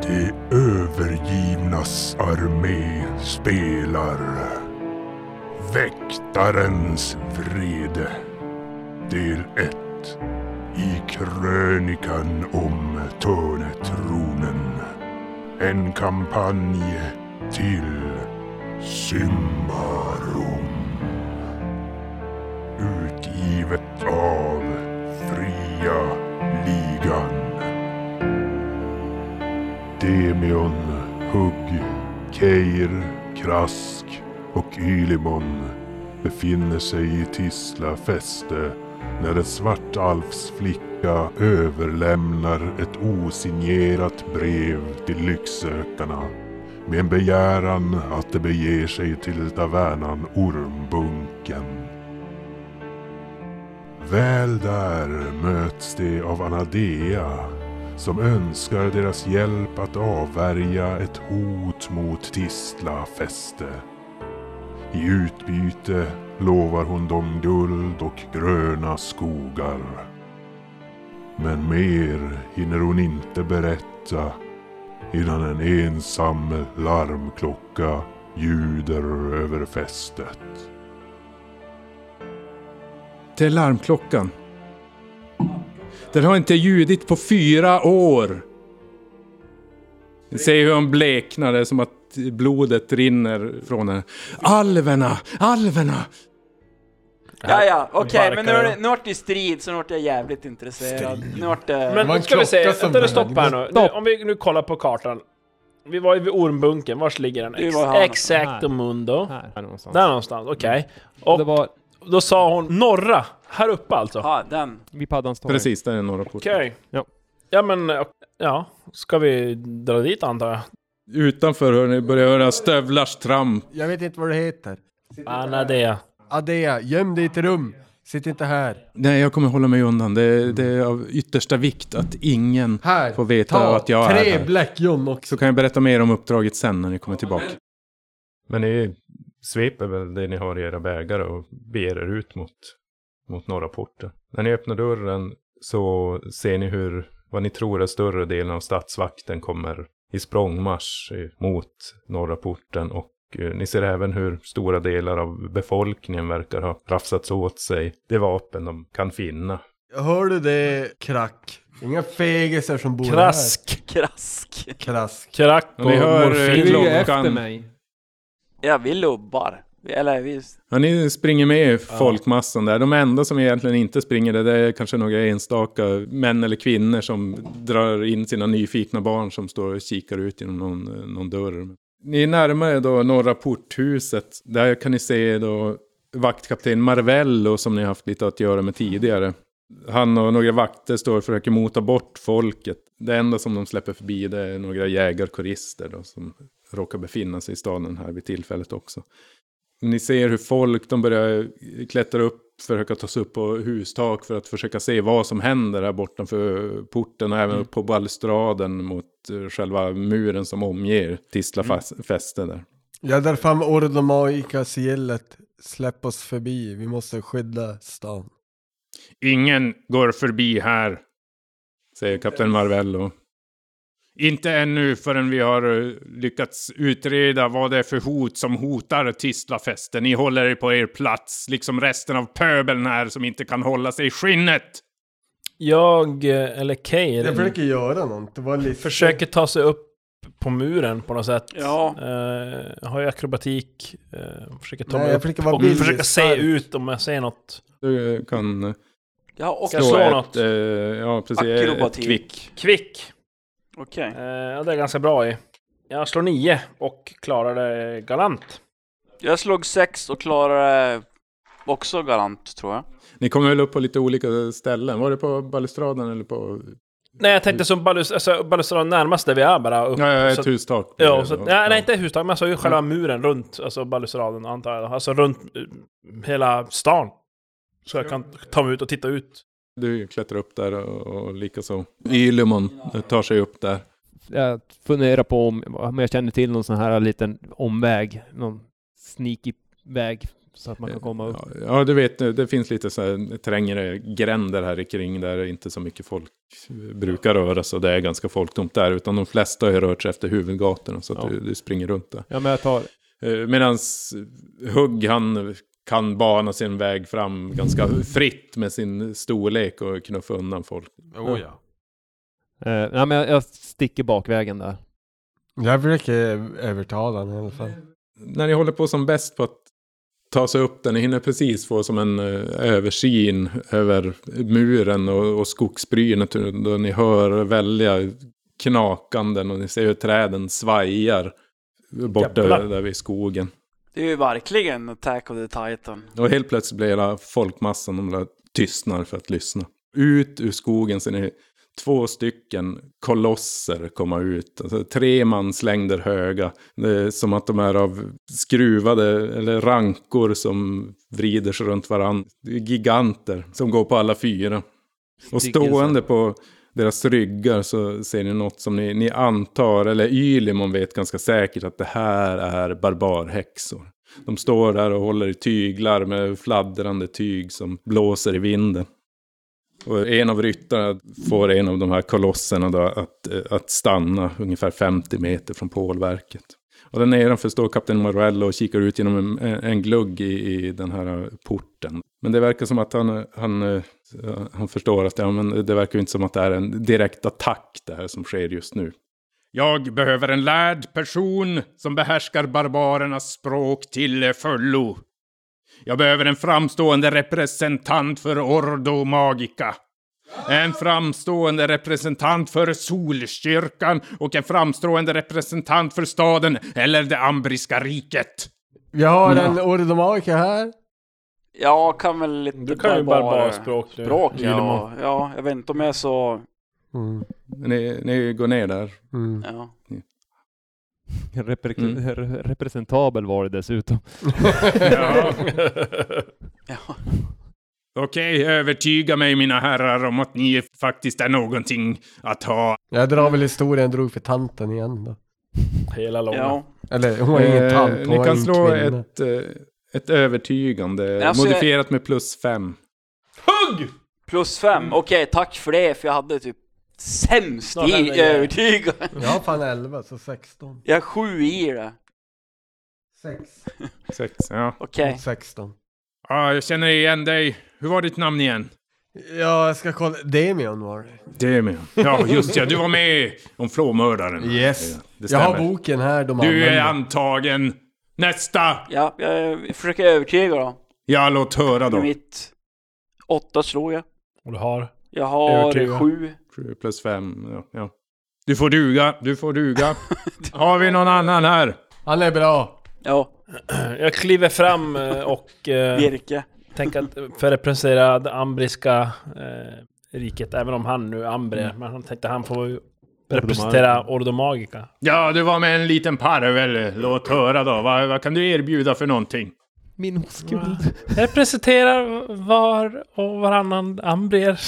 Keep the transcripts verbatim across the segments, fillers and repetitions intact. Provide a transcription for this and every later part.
De övergivnas armé spelar. Väktarens vrede. Del ett. I krönikan om Törnetronen. En kampanj till Symbarom. Utgivet av Fria Ligan. Demion, Hugg, Keir, Krask och Ylimon befinner sig i Tisla fäste när en svartalfs flicka överlämnar ett osignerat brev till lycksökarna med en begäran att de beger sig till tavernan Ormbunken. Väl där möts de av Anadea som önskar deras hjälp att avvärja ett hot mot Tisla fäste. I utbyte lovar hon dem guld och gröna skogar. Men mer hinner hon inte berätta innan en ensam larmklocka ljuder över fästet. Det är larmklockan. Den har inte ljudit på fyra år. Ni ser hur hon bleknar, det är som att blodet rinner från henne. Alverna! Alverna! Ja, ja, okej, okay, men nu är det, nu är det strid, så nu är jag jävligt intresserad. Nu är det... Men nu ska vi se, vänta det stopp här nu. nu. Om vi nu kollar på kartan. Vi var ju vid Ormbunken, vars ligger den? Ex Exacto Mundo. Här, här någonstans. Där någonstans, okej. Okay. Och det var... då sa hon norra, här uppe alltså. Ja, den. Vid Paddans torg. Precis, där är norra porten. Okej. Okay. Ja. Ja, men ja, ska vi dra dit antar jag? Utanför hör ni börjar höra stövlars tramp. Jag vet inte vad det heter. Anadea. Adea, göm dig i ett rum. Sitt inte här. Nej, jag kommer hålla mig undan. Det, det är av yttersta vikt att ingen här, får veta ta att jag tre är här. Black John också. Så kan jag berätta mer om uppdraget sen när ni kommer tillbaka. Men ni sveper väl det ni har i era bägare och beger er ut mot, mot norra porten. När ni öppnar dörren så ser ni hur vad ni tror är större delen av stadsvakten kommer i språngmarsch mot norra porten, och eh, ni ser även hur stora delar av befolkningen verkar ha rafsats åt sig det vapen de kan finna. Hör du det, Krack? Inga fegisar som bor Krask. här. Krask. Krask. Krack och, och ni hör Du klockan. är efter mig. Ja, vi lubbar. Eller vi... Ja, ni springer med i folkmassan där. De enda som egentligen inte springer det, det är kanske några enstaka män eller kvinnor som drar in sina nyfikna barn som står och kikar ut genom någon, någon dörr. Ni är närmare då norra porthuset. Där kan ni se då vaktkapten Marvello som ni har haft lite att göra med tidigare. Han och några vakter står och försöker mota bort folket. Det enda som de släpper förbi det är några jägarkorister då, som råkar befinna sig i staden här vid tillfället också. Ni ser hur folk, de börjar klättra upp, försöka ta sig upp på hustak för att försöka se vad som händer här bortanför porten och även upp på balustraden mot själva muren som omger Tisla mm. fäste där. Jag där fram ordomaika sigillet. Släpp oss förbi, vi måste skydda stan. Ingen går förbi här, säger kapten Marvello. Inte ännu förrän vi har lyckats utreda vad det är för hot som hotar Tislafästen. Ni håller er på er plats, liksom resten av pöbeln här som inte kan hålla sig i skinnet. Jag, eller Keir, jag försöker göra något. Det var lite... försöker ta sig upp på muren på något sätt. Ja. Uh, har ju akrobatik. Uh, försöker ta Nej, mig upp försöker och försöka se ut om jag ser något. Du kan... Ja, och slå ett, något. Uh, ja, precis. Akrobatik. Ett kvick. Kvick. Okej. Okay. Uh, det är ganska bra i. Jag slår nio och klarar det galant. Jag slog sex och klarar det också galant, tror jag. Ni kommer väl upp på lite olika ställen. Var det på balustraden eller på... Nej, jag tänkte som balust- alltså, balustraden närmast där vi är bara upp. Ja, ja ett så, hustak. Ja, så, nej, nej, inte hustak, men alltså ju själva muren runt, alltså balustraden antar jag. Alltså runt uh, hela stan. Så jag kan ta mig ut och titta ut. Du klättrar upp där och, och lika så. Ylimon tar sig upp där. Jag funderar på om, om jag känner till någon sån här liten omväg. Någon sneaky väg Så att man kan komma upp. Ja, ja, du vet, det finns lite så här trängre gränder här kring där inte så mycket folk brukar röra sig. Och det är ganska folktomt där. Utan de flesta har rört sig efter huvudgatorna så att Ja. du, du springer runt där. Ja, men jag tar... Medan Hugg, han kan bana sin väg fram ganska fritt med sin storlek och knuffa undan folk. Oh ja. Eh, ja, men jag, jag sticker bakvägen där. Jag försöker övertala den i alla fall. När ni håller på som bäst på att ta sig upp där, ni hinner precis få som en uh, översyn över muren och, och skogsbrynet då ni hör väldiga knakanden och ni ser hur träden svajar borta Jävlar. där vid skogen. Det är ju verkligen Attack of the Titan. Och helt plötsligt blir hela folkmassan, de där tystnar för att lyssna. Ut ur skogen ser ni två stycken kolosser komma ut. Alltså, tre manslängder höga. Det är som att de är av skruvade eller rankor som vrider sig runt varandra. Det är giganter som går på alla fyra. Och stående på deras ryggar så ser ni något som ni, ni antar, eller Ylimon vet ganska säkert att det här är barbarhäxor. De står där och håller i tyglar med fladdrande tyg som blåser i vinden. Och en av ryttarna får en av de här kolosserna då att, att stanna ungefär femtio meter från pålverket. Och där nedanför står kapten Morello och kikar ut genom en, en glugg i, i den här porten. Men det verkar som att han, han, han förstår att ja, men det verkar inte som att det är en direkt attack det här som sker just nu. Jag behöver en lärd person som behärskar barbarernas språk till fullo. Jag behöver en framstående representant för Ordo Magica. En framstående representant för Solkyrkan och en framstående representant för staden eller det ambriska riket. Vi har en ordomaka här. Jag kan väl lite Du kan ju barbarspråk nu. Språk, Ylimon. ja. Ja, jag vet inte om jag är så... Mm. Ni, ni går ner där. Mm. Ja. Repre- Mm. re- representabel var det dessutom. Ja. Ja. Okej, övertyga mig mina herrar om att ni faktiskt är någonting att ha. Jag drar väl historien drog för tanten igen då. Hela långa. Ja. Eller hon var ingen Eh, tant, hon ni var kan en slå kvinna. ett, eh, ett övertygande, Alltså, modifierat med plus fem. Hugg! Plus fem. Okej, tack för det. För jag hade typ sämst Snart händer i det. övertyga. Jag har fan elva, så sexton. Jag har sju i det. Sex. Sex, ja. Okej. Mot sexton. Ja, jag känner igen dig. Hur var ditt namn igen? Ja, jag ska kolla. Demion var det. Demion. Ja, just ja. Du var med om flåmördaren. Yes. Ja, det Jag har stämmer. boken här de Du är använder. antagen. Nästa! Ja, jag försöker övertyga då. Ja, låt höra då. Mitt åtta slår jag. Och du har? Jag har Övertyga. sju. Sju plus fem. Ja, ja. Du får duga. Du får duga. Har vi någon annan här? Han är bra. Ja, Jag kliver fram eh, och eh, virke. tänker att för att representera det ambriska eh, riket, även om han nu är ambrier, men han tänkte han får ju representera Ordo Magica. Ja, du var med en liten parvel. Låt höra då. Vad, vad kan du erbjuda för någonting? Min oskuld. Jag representerar var och varannan ambrier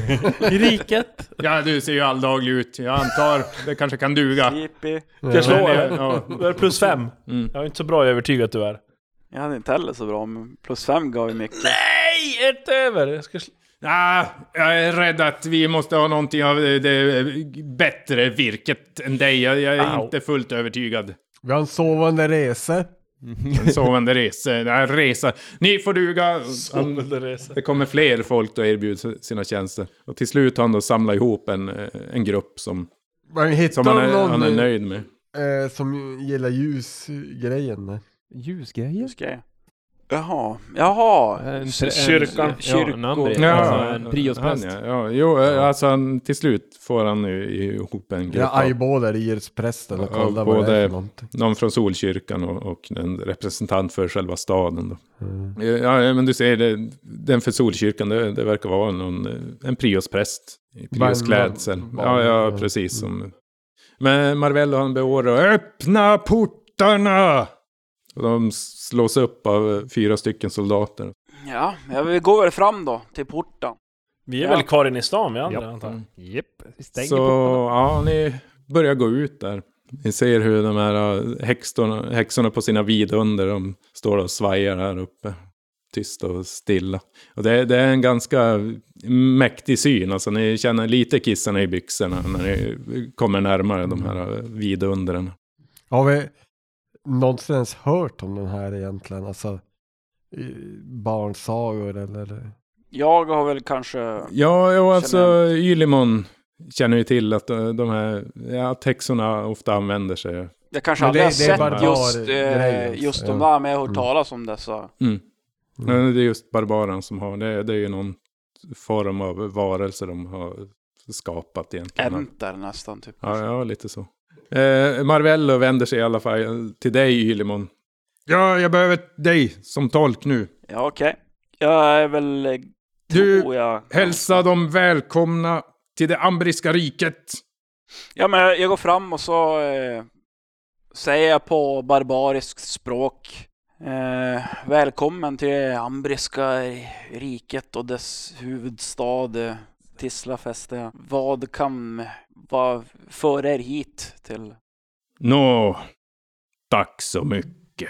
i riket. Ja, du ser ju alldaglig ut. Jag antar det kanske kan duga. Jippi. Jag slår Men, eller? ja. Du är plus fem. Mm. Jag är inte så bra övertygad tyvärr. Jag hade inte heller så bra, men plus fem gav ju mycket. Nej! Ett över! Jag ska sl- Ah, jag är rädd att vi måste ha någonting av det, det bättre virket än dig. Jag, jag är Au. inte fullt övertygad. Vi har en sovande rese. En sovande resa. Nej, resa. Ni får duga. Sovande resa. Det kommer fler folk att erbjuda sina tjänster. Och till slut har han då samlat ihop en, en grupp som, Men hittar som han, är, någon han är nöjd med. eh, som gillar ljusgrejen? där? Ljusgrejer? Ska jag? Jaha, jaha. En, Kyrkan. En, ja, en ambre. Ja, Alltså en priospräst. han, ja. Ja, jo, alltså han, till slut får han nu ihop en grupp. Jag av- eyeballar Irsprästen och Ja, kollar vad det är både- för någonting. Någon från Solkyrkan och, och en representant för själva staden då. Mm. Ja, men du ser det, den för Solkyrkan, det, det verkar vara någon, en priospräst i priosklädsel. Barn- Ja, ja, barn- precis som. Men Marvello han beordrar, öppna portarna! Och de slås upp av fyra stycken soldater. Ja, jag vill gå väl fram då, till porten. Vi är Ja. väl kvar inne i stan, vi andra Ja. antar jag. Japp, vi stänger Så portarna. ja, ni börjar gå ut där. Ni ser hur de här häxorna, häxorna på sina vidunder, de står och svajar här uppe. tyst och stilla. Och det, det är en ganska mäktig syn. Alltså ni känner lite kissarna i byxorna när ni kommer närmare de här vidundren. Har vi någonsin ens hört om den här egentligen? Alltså barnsagor eller? Jag har väl kanske... Ja, ja alltså Ylimon känner ju till att de här ja, texterna ofta använder sig. Jag kanske aldrig har sett barbar, just, eh, grejer, just ja. de där, men jag har hört talas om dessa. Mm. Mm. Det är just barbaren som har, det, det är ju någon form av varelse de har skapat egentligen. Enter nästan typ. Ja, ja, lite så. Eh, Marvello vänder sig i alla fall till dig, Ylimon. Ja, jag behöver dig som tolk nu. Ja, okej. Okay. Jag är väl... Du, jag, hälsa dem välkomna till det ambriska riket. Ja, men jag, jag går fram och så eh, säger jag på barbariskt språk. Eh, välkommen till det ambriska riket och dess huvudstad eh, Tislafeste. Vad kan vad för er hit till? Nå, tack så mycket.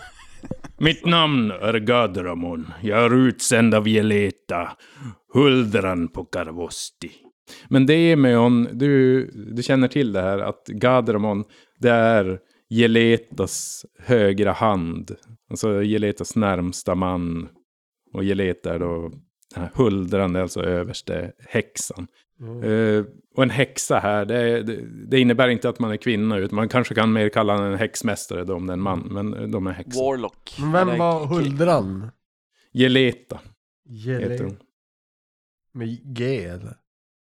Mitt namn är Gadramon. Jag är utsänd av Jeleta, huldran på Karvosti. Men det är med hon, du, du känner till det här att Gadramon, det är Jeletas högra hand. Alltså Jeletas närmsta man. Och Jeleta är då den här huldran, alltså överste häxan. Mm. Uh, och en häxa här, det, det, det innebär inte att man är kvinna, utan man kanske kan mer kalla en häxmästare då, om det är en man, men de är häxor. Warlock. Men vem var huldran? Jeleta. Jeleta. Med G eller?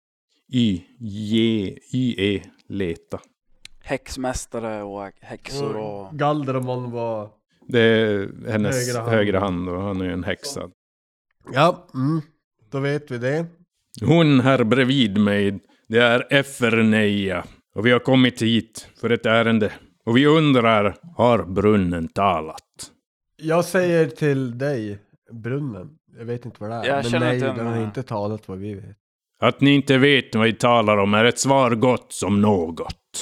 Y, J, Y, E, Leta. Häxmästare och häxor och... Galdramon var... Det är hennes högra hand, högra hand och han är ju en häxa. Ja, mm, då vet vi det. Hon här bredvid mig, det är Eferneia. Och vi har kommit hit för ett ärende. Och vi undrar, har brunnen talat? Jag säger till dig, brunnen. Jag vet inte vad det är. Jag men känner nej, inte den en- har inte talat vad vi vet. Att ni inte vet vad vi talar om är ett svar gott som något.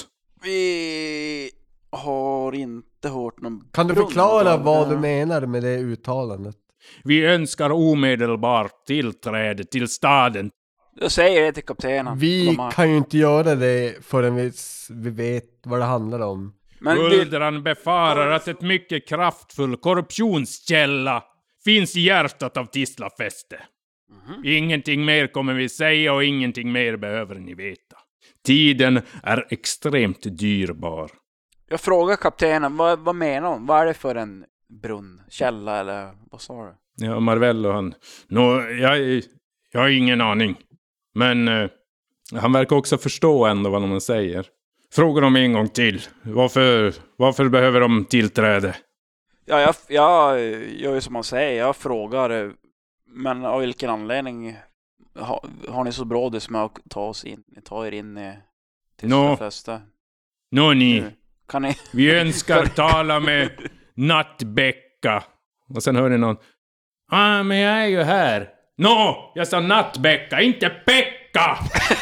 Vi har inte hört någon... Kan du brunn, förklara då? vad du menar med det uttalandet? Vi önskar omedelbart tillträde till staden. Jag säger det till kaptenen. Vi De har- kan ju inte göra det förrän vi, s- vi vet vad det handlar om. Men vi... Huldran befarar att ett mycket kraftfull korruptionskälla finns i hjärtat av Tislafeste. Mhm. Ingenting mer kommer vi säga och ingenting mer behöver ni veta. Tiden är extremt dyrbar. Jag frågar kaptenen, vad, vad menar hon? Vad är det för en brunn? Källa eller vad sa du? Ja, Marvello han... Nå, jag, jag har ingen aning. Men eh, han verkar också förstå ändå vad de säger. Fråga dem en gång till. Varför, varför behöver de tillträde? Ja, jag, jag gör ju som man säger. Jag frågar, eh, men av vilken anledning har, har ni så brådis med att ta oss in, ta er in i Tislafeste? Nå ni, Nu. Kan ni... vi önskar tala med Nattbäcka. Och sen hör ni någon. Ah, men jag är ju här. Nå, jag sa Nattbäcka, inte Pekka!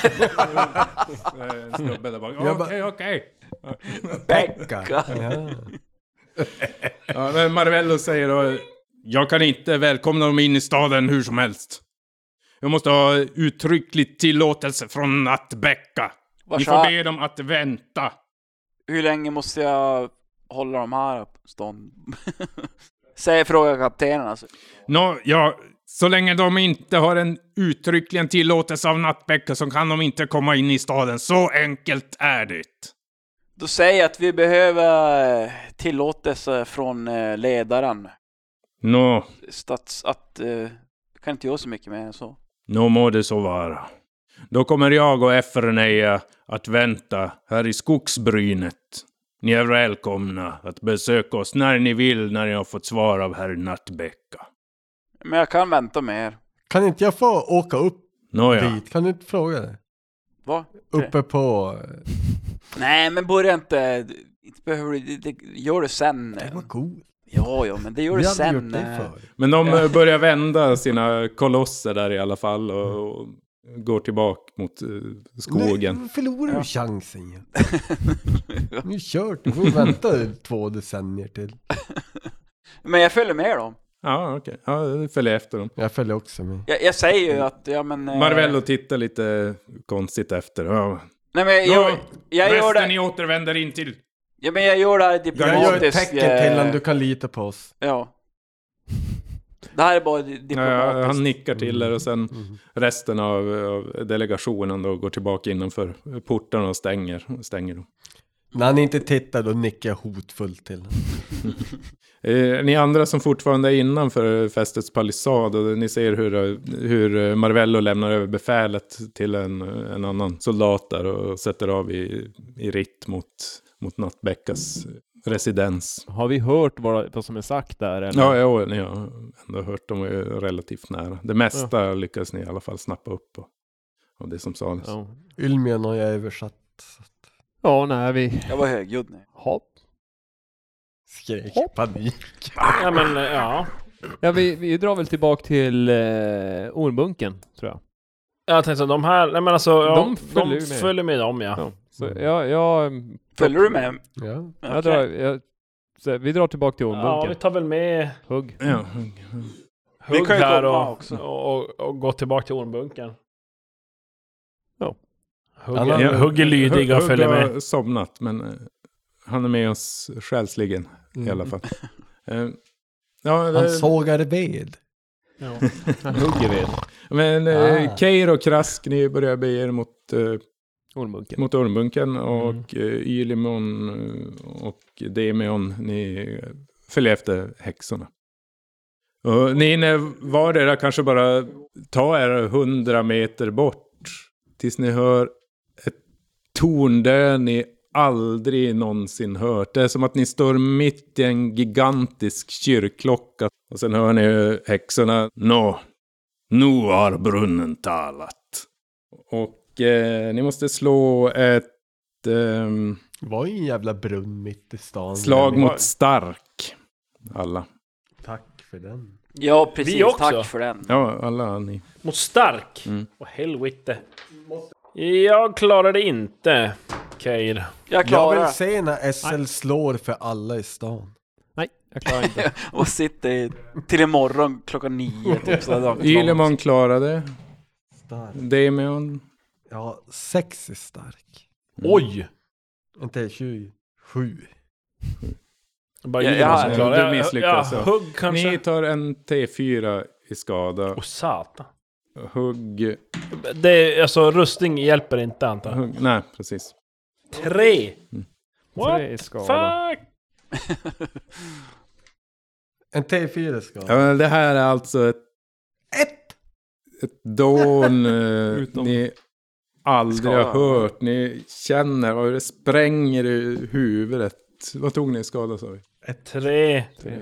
Snubbe där bak. Jag bara- Okej, okej. Pekka. Ja. Ja, men Marvello säger då, jag kan inte välkomna dem in i staden hur som helst. Jag måste ha uttryckligt tillåtelse från Nattbäcka. Ni får Varsa, be dem att vänta. hur länge måste jag hålla dem här på stånd? Säger fråga kaptenen alltså. Nå, ja, så länge de inte har en uttryckligen tillåtelse av Nattbäcka så kan de inte komma in i staden. Så enkelt är det. Då säger jag att vi behöver tillåtelse från eh, ledaren. Nå, Stats att eh, kan inte göra så mycket mer än så. nå må det så vara. Då kommer jag och Eferneia att vänta här i skogsbrynet. Ni är välkomna att besöka oss när ni vill när ni har fått svar av herr Nattbäcka. Men jag kan vänta mer. Kan inte jag få åka upp Nåja, dit? Kan du inte fråga det? Va? Uppe på... Nej, men börja inte. Inte behöver du, det, det, gör det sen. Det var cool. Ja, ja, men det gör Vi det hade sen. gjort det eh. förr. men de Ja. eh, börjar vända sina kolosser där i alla fall och, och går tillbaka mot eh, skogen. Nu förlorar du Ja. chansen ju. Nu är kört. Du får vänta två decennier till. Men jag följer med dem. Ja, okej. Okay. Ja, jag följer efter dem. Jag följer också med. Jag, jag säger ju att, ja men... eh, Marvello tittar lite konstigt efter. Ja. Nej men jag, jag, jag gör det... ni återvänder in till... Ja men jag gör det här Jag diplomatiskt. gör ett tecken till honom, du kan lita på oss. Ja. Det här är bara di- diplomatiskt. Ja, han nickar till er och sen Mm. resten av, av delegationen då går tillbaka innanför portarna och stänger, stänger dem. När han inte tittar, då nickar jag hotfullt till honom. Eh, ni andra som fortfarande är innanför fästets palissad och ni ser hur, hur Marvello lämnar över befälet till en, en annan soldat där och sätter av i, i ritt mot, mot Nattbäckas residens. Har vi hört vad, vad som är sagt där? Eller? Ja, ja, ni har ändå hört, de är ju relativt nära. Det mesta ja. lyckas ni i alla fall snappa upp och, och det som sades. Ja, Ylmian har jag översatt. Så att... ja nej, vi... Jag var högljudd nu. Hopp. Skrek Hopp. panik. Ja men ja. Ja, vi, vi drar väl tillbaka till eh, ormbunken, tror jag. Jag tänkte att de här, nej men alltså, ja, De de följer följer, med. följer med dem ja. Ja. Så jag... jag Följer du med? Ja. jag Okej. drar, jag, så vi drar tillbaka till ormbunken. Ja, vi tar väl med Hugg. Ja. Vi Hugg kan ju här komma och, också. och, och, och gå tillbaka till ormbunken. Ja. Hugg, Han har- ja, Hugg är lydig och Hugg följer har med. somnat, men eh, han är med oss själsligen Mm. i alla fall. Eh, ja, Han det, sågar ved. Ja. Han hugger ved. men eh, Ah. Keir och Krask, ni börjar bege er mot, eh, Ormbunken. mot ormbunken och eh, Ylimon eh, och Demeon, ni följer efter häxorna. Och ni när vardera kanske bara ta er hundra meter bort tills ni hör ett torn ni aldrig någonsin hört. Det är som att ni står mitt i en gigantisk kyrkklocka. Och sen hör ni häxorna. Nå, nu har brunnen talat. Och eh, ni måste slå ett ehm, Det var ju en jävla brunn mitt i stan. slag Men- mot stark. Alla. Tack för den. Ja, precis. Vi också. Tack för den. Ja, alla ni. Mot stark. Mm. Och helvete. Jag klarar det inte, Keir. Jag Jag klarar vill se när S L slår för alla i stan. Nej, jag klarar inte. och sitter i- till imorgon klockan nio. Typ, så där. Ylimon klarade. Stark. Demeon. Ja, sex är stark. Oj! Inte tjugo. Sju. Bara Ja, Gilliman ja, som du klarar det. misslyckas, Ja, ja. Hugg kanske. Ni tar en T fyra i skada. Åh satan. Hugg, Det är, alltså rustning hjälper inte antar jag. hugg. Nej, precis. Tre! Mm. What Tre i skada. fuck? En T fyra ska. Ja, men det här är alltså ett, Ett! ett dån eh, Utom- ni aldrig Skada. har hört. Ni känner och det spränger i huvudet. Vad tog ni i skada, sa vi? Tre.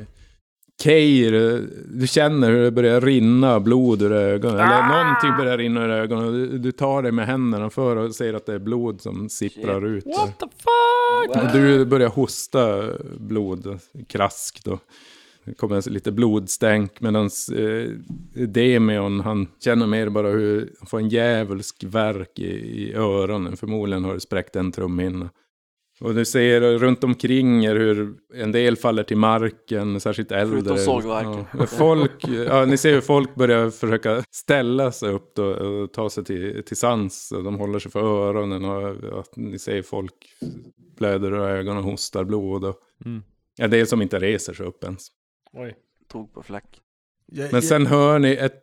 Keir, eh, du känner hur det börjar rinna blod ur ögonen. Eller Ah! någonting börjar rinna ur ögonen. Du, du tar dig med händerna för och ser att det är blod som sipprar ut. What the fuck? Och du börjar hosta blod, Krask då. Det kommer lite blodstänk medan eh, Demeon, han känner mer bara hur han får en djävulsk värk i, i öronen. Förmodligen har det spräckt en trumhinna. Och du ser runt omkring er hur en del faller till marken, särskilt äldre. Förutom sågverken. Ja. Folk, ja, ni ser hur folk börjar försöka ställa sig upp då, och ta sig till, till sans. Och de håller sig för öronen och att ni ser folk blöder ur ögonen och hostar blod. Och, Mm. ja, det är som inte reser sig upp ens. Oj. Tog på fläck. Jag, Men sen hör ni ett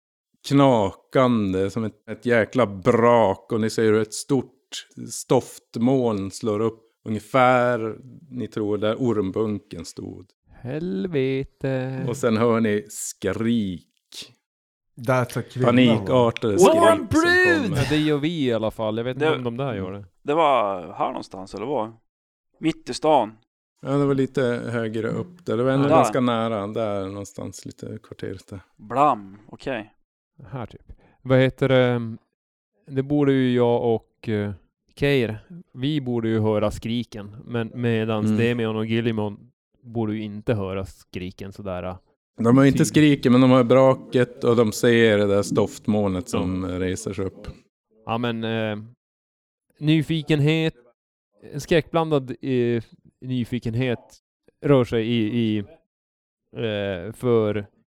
knakande som ett, ett jäkla brak och ni ser hur ett stort stoftmoln slår upp ungefär, ni tror, där ormbunken stod. Helvete. Och sen hör ni skrik. Där tar kvinnan. Panikartade What? skrik som Brud! kommer. Ja, det gör vi i alla fall. Jag vet inte Det- om de där gör det. Det var här någonstans, eller vad? Mitt i stan. Ja, det var lite högre upp där. Det var ändå Där. ganska nära. Där någonstans, lite kvarteret där. Blam, okej. Här typ. Vad heter det? Det borde ju jag och uh, Keir. Vi borde ju höra skriken. Men medans Mm. Demeon och Gillimon borde ju inte höra skriken sådär. uh. De har inte skrikit, men de har braket och de ser det där stoftmolnet som reser sig upp. Ja men eh, nyfikenhet, en skräckblandad eh, nyfikenhet rör sig i, i eh, för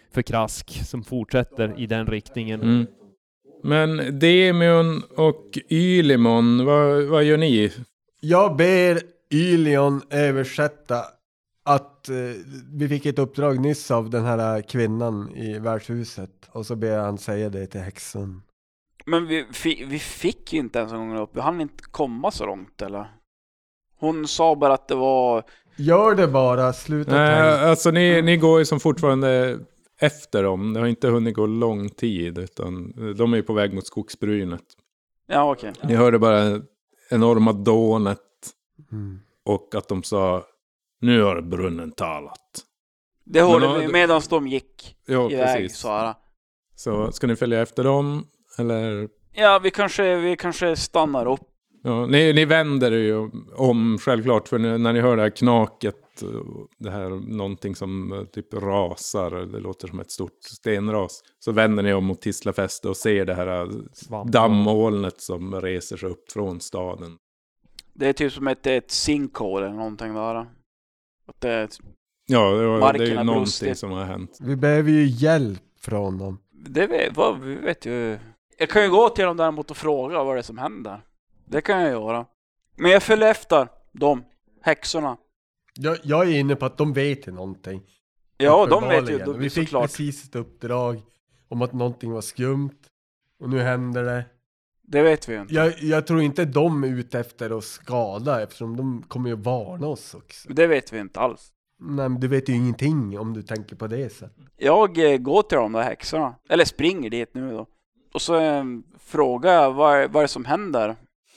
för Krask som fortsätter i den riktningen. Mm. Men Demion och Ylimon, vad, vad gör ni? Jag ber Ylion översätta att eh, vi fick ett uppdrag nyss av den här kvinnan i värdshuset. Och så ber han säga det till häxan. Men vi, fi, vi fick ju inte ens en gång upp. Vi hann inte komma så långt, eller? Hon sa bara att det var... Gör det bara, sluta Nej, tänka. alltså ni, ni går ju som fortfarande efter dem. Det har inte hunnit gå lång tid, utan de är ju på väg mot skogsbrynet. Ja, okej. Ni hörde bara enorma dånet Mm. och att de sa, nu har brunnen talat. Det hörde Men, vi ja, medan de gick Ja, iväg, precis. Sara. Så ska ni följa efter dem? Eller? Ja, vi kanske, vi kanske stannar upp. Ja, ni, ni vänder ju om självklart, för när, när ni hör det här knaket, det här någonting som typ rasar, det låter som ett stort stenras, så vänder ni om mot Tislafäste och ser det här Svamp. dammolnet som reser sig upp från staden. Det är typ som ett, ett sinkhål eller någonting där. Att det, Ja, det, var, det Marken är ju har någonting brustit. som har hänt. Vi behöver ju hjälp från dem. det vet, vad, vi vet ju... Jag kan ju gå till dem däremot och fråga vad det är som händer. Det kan jag göra. Men jag följer efter dem, häxorna. Jag, jag är inne på att de vet ju någonting. Ja, de vet ju Uppenbarligen. de, Vi fick såklart. precis ett uppdrag om att någonting var skumt. Och nu händer det. Det vet vi ju inte. Jag, jag tror inte de är ute efter att skada, eftersom de kommer ju varna oss också. Det vet vi inte alls. Nej, men du vet ju ingenting om du tänker på det sättet. Jag eh, går till de där häxorna. Eller springer dit nu då. Och så eh, frågar vad, vad är det som händer.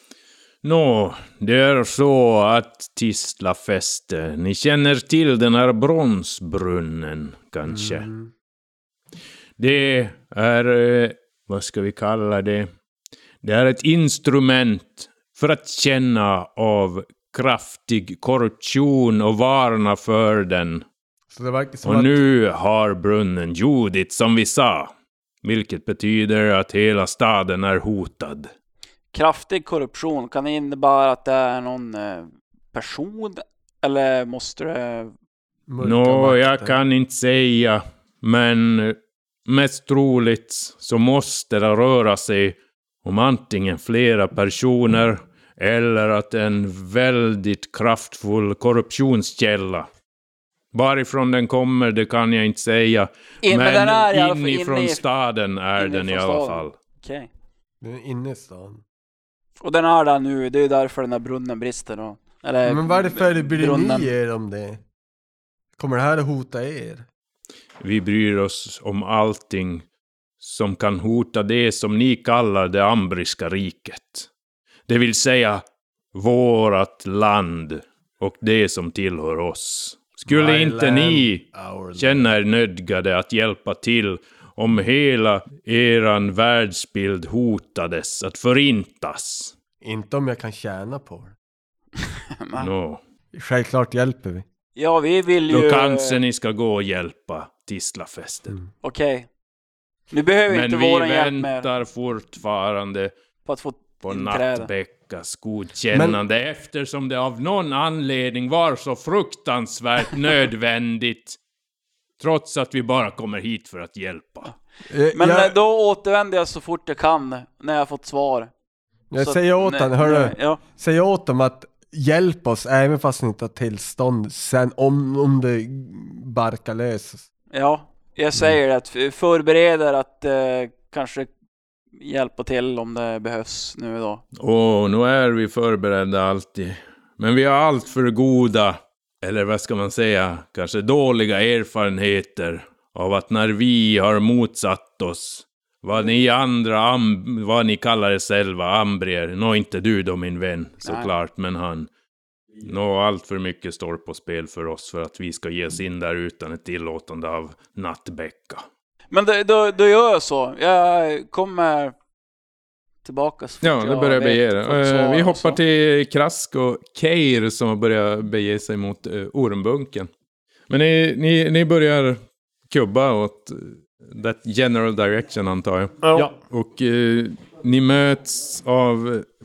Nå, det är så att Tislafäste, ni känner till den här bronsbrunnen kanske. Mm. Det är, eh, vad ska vi kalla det? Det är ett instrument för att känna av kraftig korruption och varna för den. Så det verkar som Och att... nu har brunnen judit som vi sa. Vilket betyder att hela staden är hotad. Kraftig korruption, kan det innebära att det är någon eh, person? Eller måste det... mörka Nå, jag makter. kan inte säga. Men mest troligt så måste det röra sig om antingen flera personer eller att en väldigt kraftfull korruptionskälla. Varifrån den kommer, det kan jag inte säga. In, men den är i alla fall men inifrån inne i- staden är den i inifrån alla staden. fall. Okej. Den är inne i stan. Och den är där nu, det är därför den där brunnen brister då. Eller, Men varför bryr brunnen. ni er om det? Kommer det här att hota er? Vi bryr oss om allting som kan hota det som ni kallar det ambriska riket. Det vill säga vårat land och det som tillhör oss. Skulle My inte land, ni our land. känna er nödgade att hjälpa till om hela eran världsbild hotades att förintas? Inte om jag kan tjäna på det. Men- Nå, Självklart hjälper vi. Ja, vi vill ju... då kanske ni ska gå och hjälpa Tislafästen. Mm. Okej. Nu behöver Men inte vi våran hjälp mer väntar fortfarande på att få på inträde. Nattbäckas godkännande eftersom det av någon anledning var så fruktansvärt nödvändigt. Trots att vi bara kommer hit för att hjälpa. Eh, Men jag, eh, då återvänder jag så fort jag kan när jag har fått svar. jag Så- säger åt nej, han, hörru. nej, Ja. Säg åt dem att hjälpa oss även fast ni inte har tillstånd sen om, om det barkar lös. Ja, jag säger det. Att förbereder att eh, kanske hjälpa till om det behövs nu då. Åh, nu är vi förberedda alltid. Men vi har allt för goda, eller vad ska man säga, kanske dåliga erfarenheter av att när vi har motsatt oss vad ni andra, am- vad ni kallar er själva, ambrier. Nå, inte du då min vän, såklart, men han. Nå, allt för mycket står på spel för oss för att vi ska ge oss in där utan ett tillåtande av Nattbäcka. Men då, då, då gör jag så. Jag kommer tillbaka så fort Ja, det jag börjar vet, bege fått er. svar Eh, Vi och hoppar så. till Krask och Keir som har börjat bege sig mot uh, ormbunken. Men ni, ni, ni börjar kubba åt uh, that general direction, antar jag. Ja. Ja. Och uh, ni möts av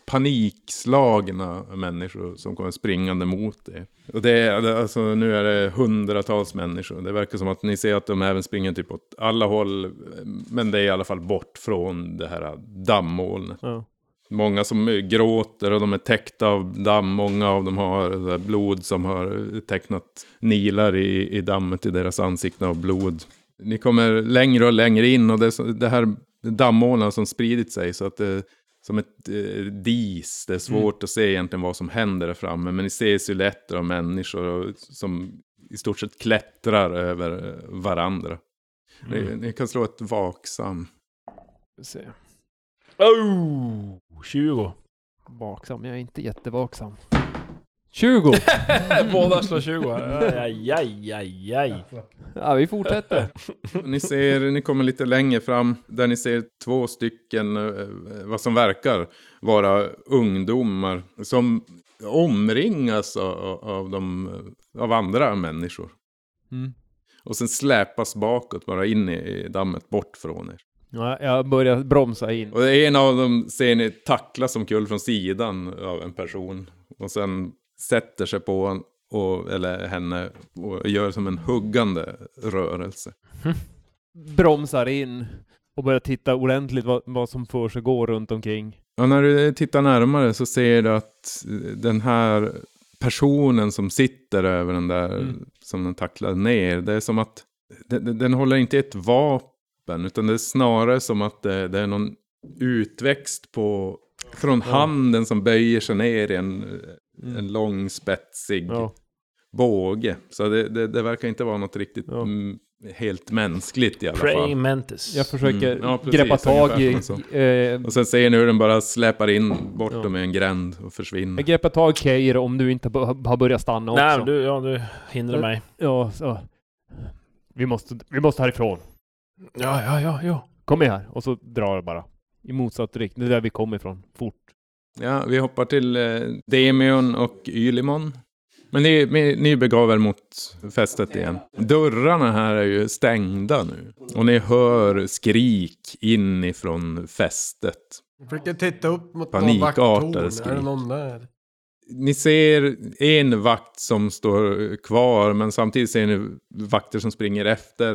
panikslagna människor som kommer springande mot det. Och det är, alltså, nu är det hundratals människor. Det verkar som att ni ser att de även springer typ åt alla håll. Men det är i alla fall bort från det här dammolnet. Ja. Många som gråter och de är täckta av damm. Många av dem har blod som har tecknat nilar i, i dammet i deras ansikten av blod. Ni kommer längre och längre in och det, det här dammolnen som spridit sig så att det som ett eh, dis. Det är svårt mm. att se egentligen vad som händer där framme. Men ni ser silhuetter av människor och, som i stort sett klättrar över varandra. Mm. Ni, ni kan slå ett vaksam. Se. Oh, tjugo. Vaksam, jag är inte jättevaksam. tjugo! Båda slår tjugo. Aj, aj, aj, aj. Ja, vi fortsätter. Ni ser, ni kommer lite längre fram där ni ser två stycken, vad som verkar vara ungdomar som omringas av, av, de, av andra människor. Mm. Och sen släpas bakåt bara in i dammet bort från er. Ja, jag börjar bromsa in. Och en av dem ser ni tackla som kul från sidan av en person. Och sen sätter sig på en, och, eller henne och gör som en huggande rörelse. Bromsar in och börjar titta ordentligt vad, vad som för sig går runt omkring. Och när du tittar närmare så ser du att den här personen som sitter över den där mm. som den tacklar ner. Det är som att den, den håller inte ett vapen utan det är snarare som att det, det är någon utväxt på från ja. handen som böjer sig ner i en, mm. en lång spetsig ja. båge. Så det, det, det verkar inte vara något riktigt ja. m- helt mänskligt i alla Prey fall. Mantis. Jag försöker mm. ja, precis, greppa tag i... Eh, och sen ser ni hur den bara släpar in bortom ja. med en gränd och försvinner. Jag greppar tag i Keir om du inte b- har börjat stanna också. Nej, du, ja, du hindrar mig. Ja, så. Vi måste, vi måste härifrån. Ja, ja, ja, ja. Kom med här. Och så drar jag bara. I motsatt riktning. Det är där vi kommer ifrån. Fort. Ja, vi hoppar till eh, Demion och Ylimon. Men ni, ni begav er mot fästet igen. Dörrarna här är ju stängda nu. Och ni hör skrik inifrån fästet. Jag försöker titta upp mot panikartade skrik. Är det någon där? Ni ser en vakt som står kvar. Men samtidigt ser ni vakter som springer efter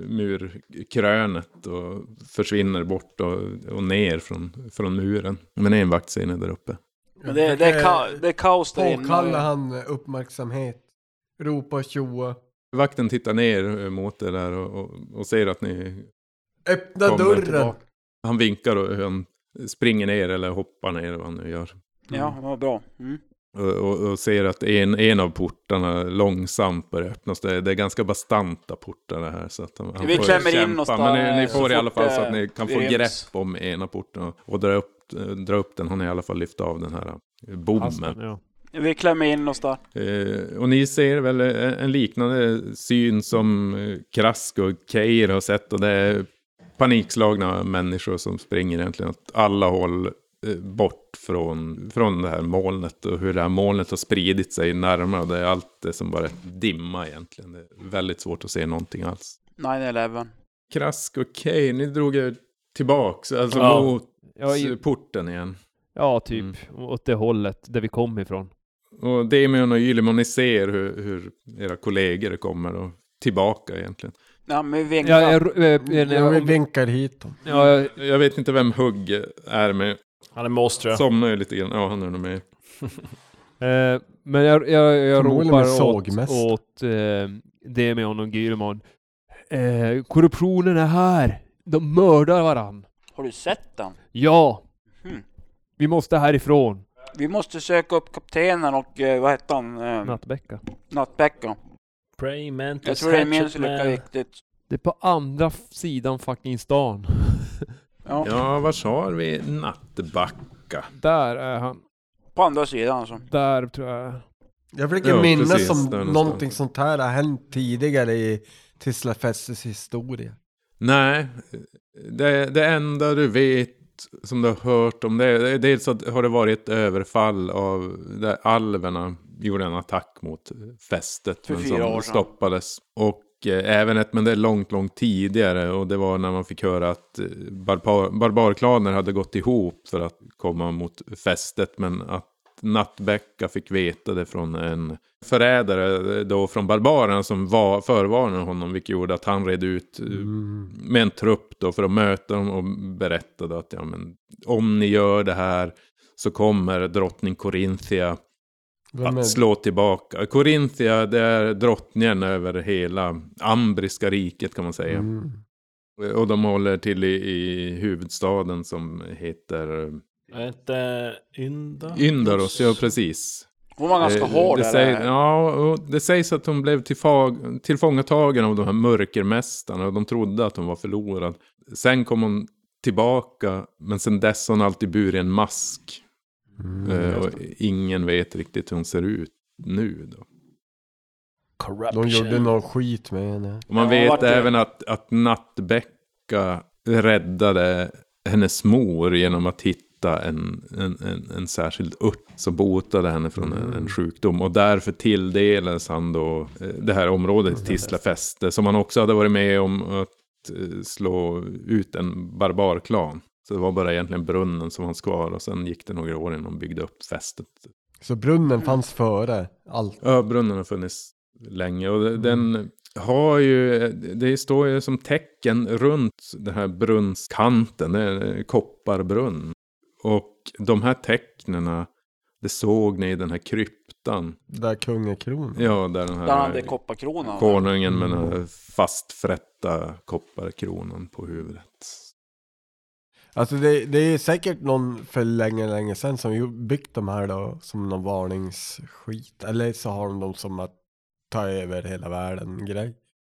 murkrönet. Och försvinner bort och, och ner från, från muren. Men en vakt ser ni där uppe. Men det, det, är ka- det är kaos där inne. Påkallar han uppmärksamhet. Ropa och tjoa. Vakten tittar ner mot det där och, och, och ser att ni öppna dörren. Tillbaka. Han vinkar och han springer ner eller hoppar ner vad han nu gör. Mm. Ja, vad bra. Mm. Och, och, och ser att en, en av portarna långsamt börjar öppnas. Det är, det är ganska bastanta portar det här. Så att han, han vi får klämmer kämpa. in oss Men ni, ni får i alla fall det, så att ni kan få ryms. grepp om ena porten och, och dra, upp, dra upp den. Han har i alla fall lyft av den här bommen. Aspen, ja. Vi klämmer in oss där. Eh, och ni ser väl en liknande syn som Krask och Keir har sett. Och det är panikslagna människor som springer egentligen åt alla håll eh, bort från, från det här molnet. Och hur det här molnet har spridit sig närmare. Och det är allt det som bara är dimma egentligen. Det är väldigt svårt att se någonting alls. nine eleven. Krask och Keir, ni drog er tillbaks. Alltså Ja. mot Ja, i- porten igen. Ja, typ. Mm. Åt det hållet där vi kom ifrån. Och Demion och Ylimon, ni ser hur, hur era kollegor kommer och tillbaka egentligen. Ja, men vi vinkar. Ja, jag, jag, jag, Ja, vi jag, vinkar hit dem. ja, jag, Jag vet inte vem Hugg är med. Han är most, tror jag. Somnar ju lite grann. Ja, han är nog med. eh, men jag, jag, jag Förmodligen med ropar åt, sågmästare. åt eh, Demion och Gyrmon. Eh, korruptionen är här. De mördar varann. Har du sett den? Ja. Hmm. Vi måste härifrån. Vi måste söka upp kaptenen och eh, vad heter han? Eh, Nattbäcka. Nattbäcka. Prey Mantis. Jag tror det är minst Hatchet lika Man. viktigt. Det är på andra f- sidan fucking stan. Ja, Ja, var har vi Nattbacka? Där är han. på andra sidan alltså. Där tror jag. Jag försöker Ja, minnas precis, som där någonstans. någonting sånt här har hänt tidigare i Tislafestes historia. Nej, det, det enda du vet som du har hört om det, det är dels att har det varit ett överfall av där alverna gjorde en attack mot fästet För men fyra år som sedan. stoppades. Och eh, även ett, men det är långt, långt tidigare. Och det var när man fick höra att eh, barbar, barbarklaner hade gått ihop för att komma mot fästet. Men att Nattbäcka fick veta det från en förrädare då från barbarerna som var förvarnade honom, vilket gjorde att han red ut mm. med en trupp då för att möta dem och berättade att ja, men, om ni gör det här så kommer drottning Corinthia att slå tillbaka. Corinthia, det är drottningen över hela ambriska riket kan man säga. Mm. Och de håller till i, i huvudstaden som heter Inte Ynda? Yndaros, ja precis. Hon var ganska hård. Det, säg, ja, och det sägs att hon blev tillfag, tillfångatagen av de här mörkermästarna och de trodde att hon var förlorad. Sen kom hon tillbaka, men sen dess har hon alltid burit en mask. Mm, uh, och ingen vet riktigt hur hon ser ut nu då. De gjorde någon skit med henne. Och man ja, vet även att, att Nattbäcka räddade hennes mor genom att hitta en, en, en, en särskild ört som botade henne från mm. en, en sjukdom. Och därför tilldelades han då det här området mm. Tislafäste, som han också hade varit med om att slå ut en barbarklan. Så det var bara egentligen brunnen som var kvar och sen gick det några år innan de byggde upp fästet. Så brunnen fanns före allt? Ja, brunnen har funnits länge och mm. den har ju, det står ju som tecken runt den här brunnskanten, det är kopparbrunn. Och de här tecknena, det såg ni i den här kryptan. Där kungakronan? Ja, där den här där hade kopparkronan. Konungen med den här fastfrätta kopparkronan på huvudet. Alltså det, det är säkert någon för länge, länge sedan som byggt de här då som någon varningsskit. Eller så har de dem som att ta över hela världen grej.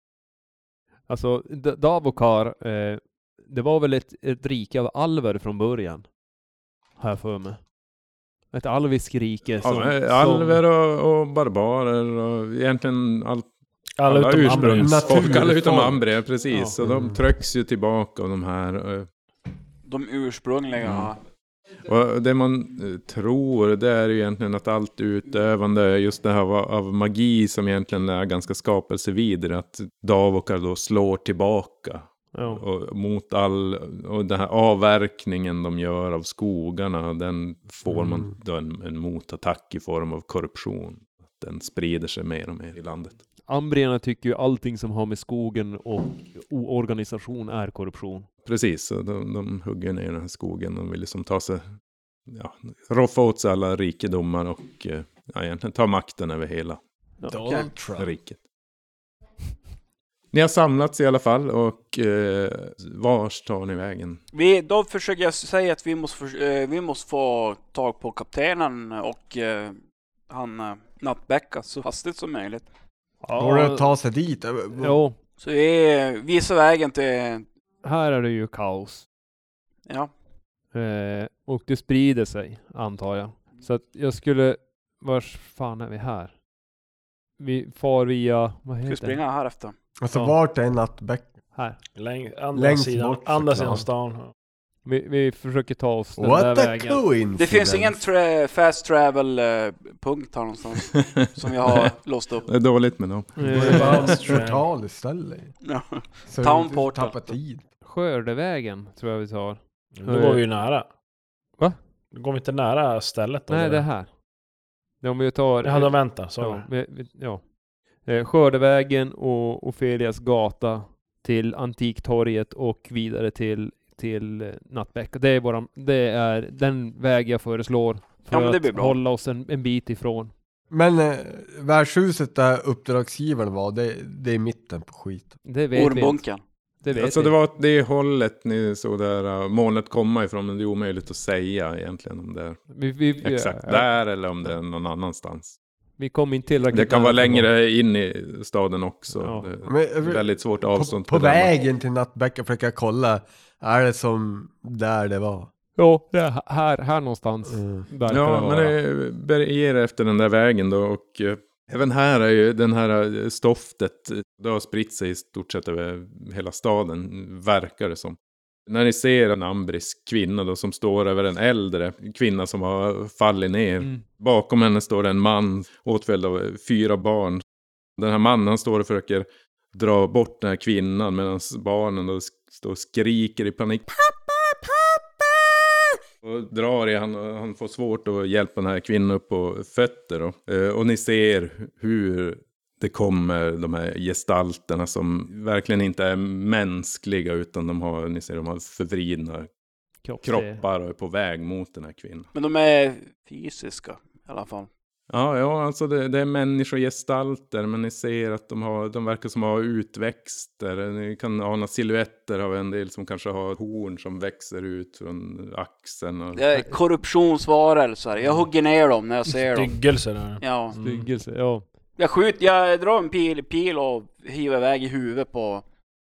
Alltså D- Davokar, eh, det var väl ett, ett rike av alver från början. Här för mig. Ett alvisk rike. Som, ja, alver och, och barbarer och egentligen allt. Alla, alla ursprungsfolk, alla utom Ambria, precis. Ja. Så mm. de trycks ju tillbaka av de här. De ursprungliga. Mm. Och det man tror, det är ju egentligen att allt utövande, just det här av magi som egentligen är ganska skapelsevidrig, att Davokar då slår tillbaka. Ja. Och mot all, och den här avverkningen de gör av skogarna, den får mm. man då en, en motattack i form av korruption. Den sprider sig mer och mer i landet. Ambrierna tycker ju allting som har med skogen och organisation är korruption. Precis, så de, de hugger ner den här skogen. De vill liksom ta sig, ja, roffa åt sig alla rikedomar och ja, egentligen ta makten över hela ja. riket. Ni har samlats i alla fall och eh, vars tar ni vägen? Vi, då försöker jag säga att vi måste, för, eh, vi måste få tag på kaptenen och eh, han eh, Nattbäcka så hastigt som möjligt. Ja. Går det att ta sig dit? Jo. Så vi visar vägen till... Här är det ju kaos. Ja. Eh, och det sprider sig, antar jag. Så att jag skulle... Vars fan är vi här? Vi far via... Vad heter det? Ska vi springa här efter? Alltså ja. Vart är Nattbäcka? Här. Läng, andra Längst sidan, bort, andra sidan stan. Vi, vi försöker ta oss den What där vägen. Det finns ingen tra- fast travel uh, punkt här någonstans som jag har låst upp. Det är dåligt med dem. Det är bara en portal istället. Ja. Så Town portal. Tappa tid. Skördevägen tror jag vi tar. Då går vi ju nära. Va? Då går vi inte nära stället. Då Nej, det här. Om vi tar... Jag hade väntat, så. Ja. Vi, vi, ja. Eh, Skördevägen och Ofelias gata till Antiktorget och vidare till till Nattbäcka. Det är bara, det är den väg jag föreslår för ja, att hålla oss en, en bit ifrån. Men eh, värdshuset där uppdragsgivaren var, det, det är mitten på skit. Det vet Orbunken. Det vet alltså vi. Det var det hållet ni såg där uh, molnet komma ifrån, men det är omöjligt att säga egentligen om det är vi, vi, exakt ja, där eller om det är någon annanstans. Vi kom in tillräckligt. Det kan vara längre in i staden också. Ja. Det är men, väldigt svårt avstånd. På, på vägen till Nattbäcka försöka kolla, är det som där det var? Ja, det är här, här någonstans. Mm. Ja, men det beger efter den där vägen då. Och eh, även här är ju den här stoftet, det har spritt sig i stort sett över hela staden, verkar det som. När ni ser en ambrisk kvinna då som står över en äldre kvinna som har fallit ner. Mm. Bakom henne står en man åtföljd av fyra barn. Den här mannen står och försöker dra bort den här kvinnan medan barnen då står och skriker i panik. Pappa, pappa! Och drar i han, han får svårt att hjälpa den här kvinnan upp på fötter då. Eh, och ni ser hur det kommer de här gestalterna som verkligen inte är mänskliga utan de har, ni ser, de har förvridna Kropp, kroppar och är på väg mot den här kvinnan. Men de är fysiska i alla fall. Ja, ja alltså det, det är människogestalter, men ni ser att de, har, de verkar som ha utväxter. Ni kan ana silhuetter av en del som kanske har horn som växer ut från axeln. Och... Det är korruptionsvarelser. Jag hugger ner dem när jag ser dem. Styggelse där. Ja. Styggelse, ja. Jag skjuter, jag drar en pil, pil och hivar iväg i huvudet på...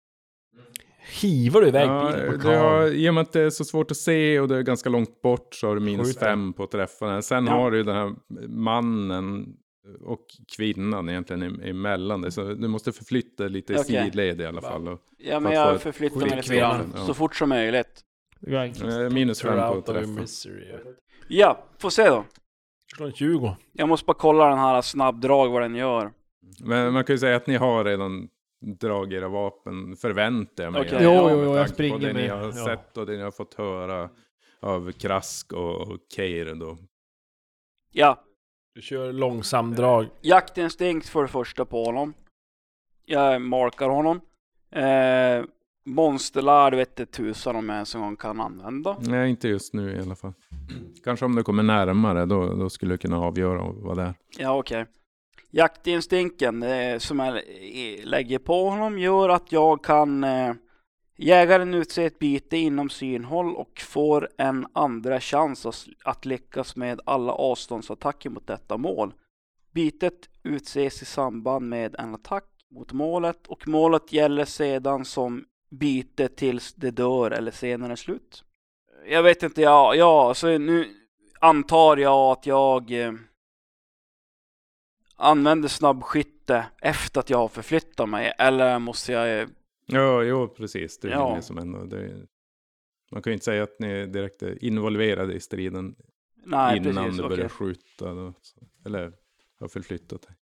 Hivar du iväg Ja, bilen på du har, Karl? i och med att det är så svårt att se och det är ganska långt bort så har du minus Skjuter. fem på träffarna. Sen Ja. har du den här mannen och kvinnan egentligen emellan det. Så du måste förflytta lite i Okej. sidled i alla fall. Och, Ja, För men att få jag ett förflyttar mig lite skitkvinna. grann. Ja. Så fort som möjligt. eh, minus fem på Out of träffen. misery. Ja, får se då. Slå en tjugo. Jag måste bara kolla den här snabbdrag vad den gör. Men man kan ju säga att ni har redan dragit era vapen, förväntar jag mig. Okej. Ja, Jo, med jo, jo, jag tanke på springer det ni med, har ja. sett och det ni har fått höra av Krask och, och Keir då. Ja, Du kör långsam drag. jaktinstinkt för det första på honom. Jag markar honom. Eh, monsterlärd vet det tusan om jag ens en gång kan använda. Nej, inte just nu i alla fall. Kanske om du kommer närmare, då, då skulle du kunna avgöra vad det är. Ja, okej. Okay. Jaktinstinkten eh, som jag eh, lägger på honom gör att jag kan... Eh, jägaren utser ett byte inom synhåll och får en andra chans att, att lyckas med alla avståndsattacker mot detta mål. Bytet utses i samband med en attack mot målet och målet gäller sedan som byte tills det dör eller senare är slut. Jag vet inte, ja, ja så nu antar jag att jag eh, använder snabbskytte efter att jag har förflyttat mig, eller måste jag... Eh, Ja, jo, precis. Det är Ja. det som ändå, det är, man kan ju inte säga att ni är direkt involverade i striden nej, innan precis, du börjar okej. skjuta. Då, så, eller har förflyttat dig.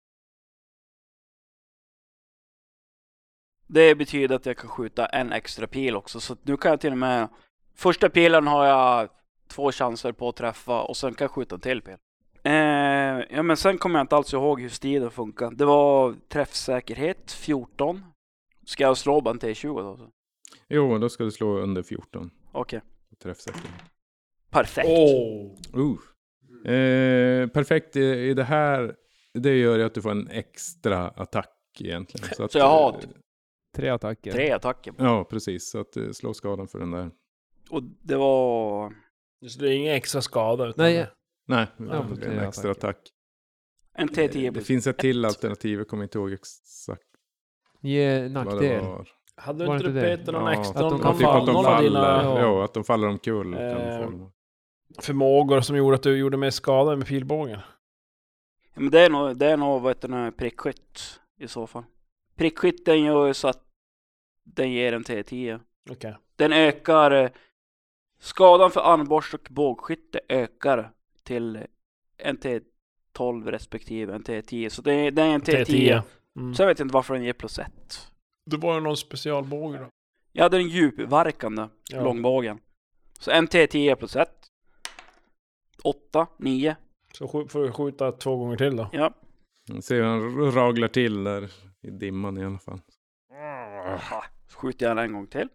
Det betyder att jag kan skjuta en extra pil också. Så nu kan jag till och med... Första pilen har jag två chanser på att träffa och sen kan jag skjuta en till pil. Eh, ja, men sen kommer jag inte alls ihåg hur striden funkar. Det var träffsäkerhet fjorton. Ska jag slå bara en T tjugo då? Jo, då ska du slå under fjorton. Okej. Träffsäkert. Perfekt. Oh. Uh. Eh, perfekt i, i det här, det gör ju att du får en extra attack egentligen. Så, att, Så jag har eh, Tre attacker. tre attacker. Ja, precis. Så att du slår skadan för den där. Och det var... Så det är ingen extra skada utan Nej, Nej, Ja, det på blir tre en extra attacker. attack. En T tio Det plus finns ett till ett. alternativ, jag kommer inte ihåg exakt Ge vad det nackdel. var. hade Var inte du inte det? Peter någon Ja, extra? att de någon kan Typ att de någon av faller, dina Ja. ja, att de faller omkull. kan Eh, du få. förmågor som gjorde att du gjorde mer skada med pilbågen? Ja, men det är nog, det är nog vad heter det, prickskytt i så fall. Prickskytten gör ju så att den ger en T tio. Okej. Den ökar... eh, Skadan för armborst och bågskytte ökar till en T tolv respektive en T tio. Så det är, det är en T tio. T tio. Mm. Så jag vet inte varför den ger plus ett. Det var ju någon specialbåge då. Jag hade den djupvarkande Ja. långbågen. Så en T tio plus ett. åtta, nio. Så sk- får du skjuta två gånger till då. Ja. Jag ser hur han raglar till där i dimman i alla fall. Aha. Så skjuter jag den en gång till.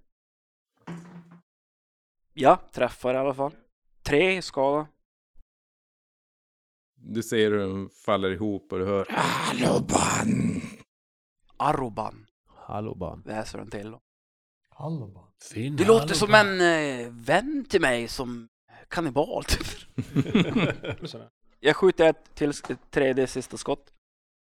Ja, träffar i alla fall. Tre skada. Du ser hur den faller ihop och du hör Hallåban! Aroban. Hallåban. Läser den till då. Hallå. Fin Det låter som en eh, vän till mig som kannibal typ. Jag skjuter ett till ett tredje sista skott.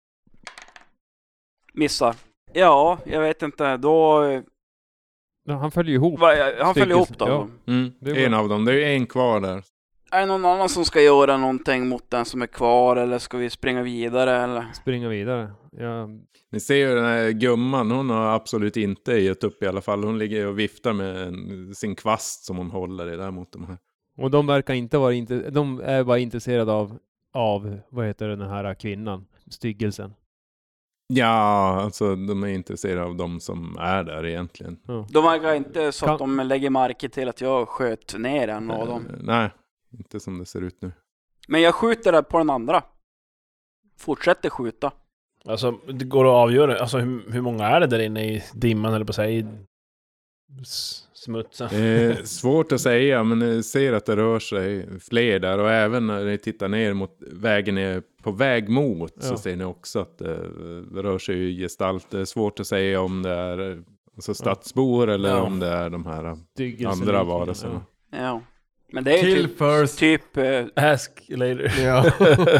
Missar. Ja, jag vet inte. Då... eh, Ja, han följer ihop. Va, han föll ihop då. Ja. Mm, Det var- en av dem, det är ju en kvar där. Är det någon annan som ska göra någonting mot den som är kvar? Eller ska vi springa vidare? Eller? Springa vidare. Ja. Ni ser ju den här gumman, hon har absolut inte gett upp i alla fall. Hon ligger och viftar med en, sin kvast som hon håller i där mot de här. Och de verkar inte vara inte, de är bara intresserade av, av vad heter den här kvinnan, styggelsen. Ja, alltså de är intresserade av de som är där egentligen. Ja. De verkar inte så Kan- att de lägger märke till att jag sköt ner en av dem. Eh, Nej, inte som det ser ut nu. Men jag skjuter där på den andra. Fortsätter skjuta. Alltså, det går att avgöra. Alltså, hur, hur många är det där inne i dimman, eller på att säga, i s- smutsen? Eh, svårt att säga, men ni ser att det rör sig fler där. Och även när ni tittar ner mot vägen ni är på väg mot så Ja. ser ni också att det rör sig i gestalt. Det är svårt att säga om det är alltså stadsbor eller Ja. om det är de här Styggelse andra liknande, varelserna. Ja. Men det är ju Kill typ... first. typ eh, Ask later. Ja.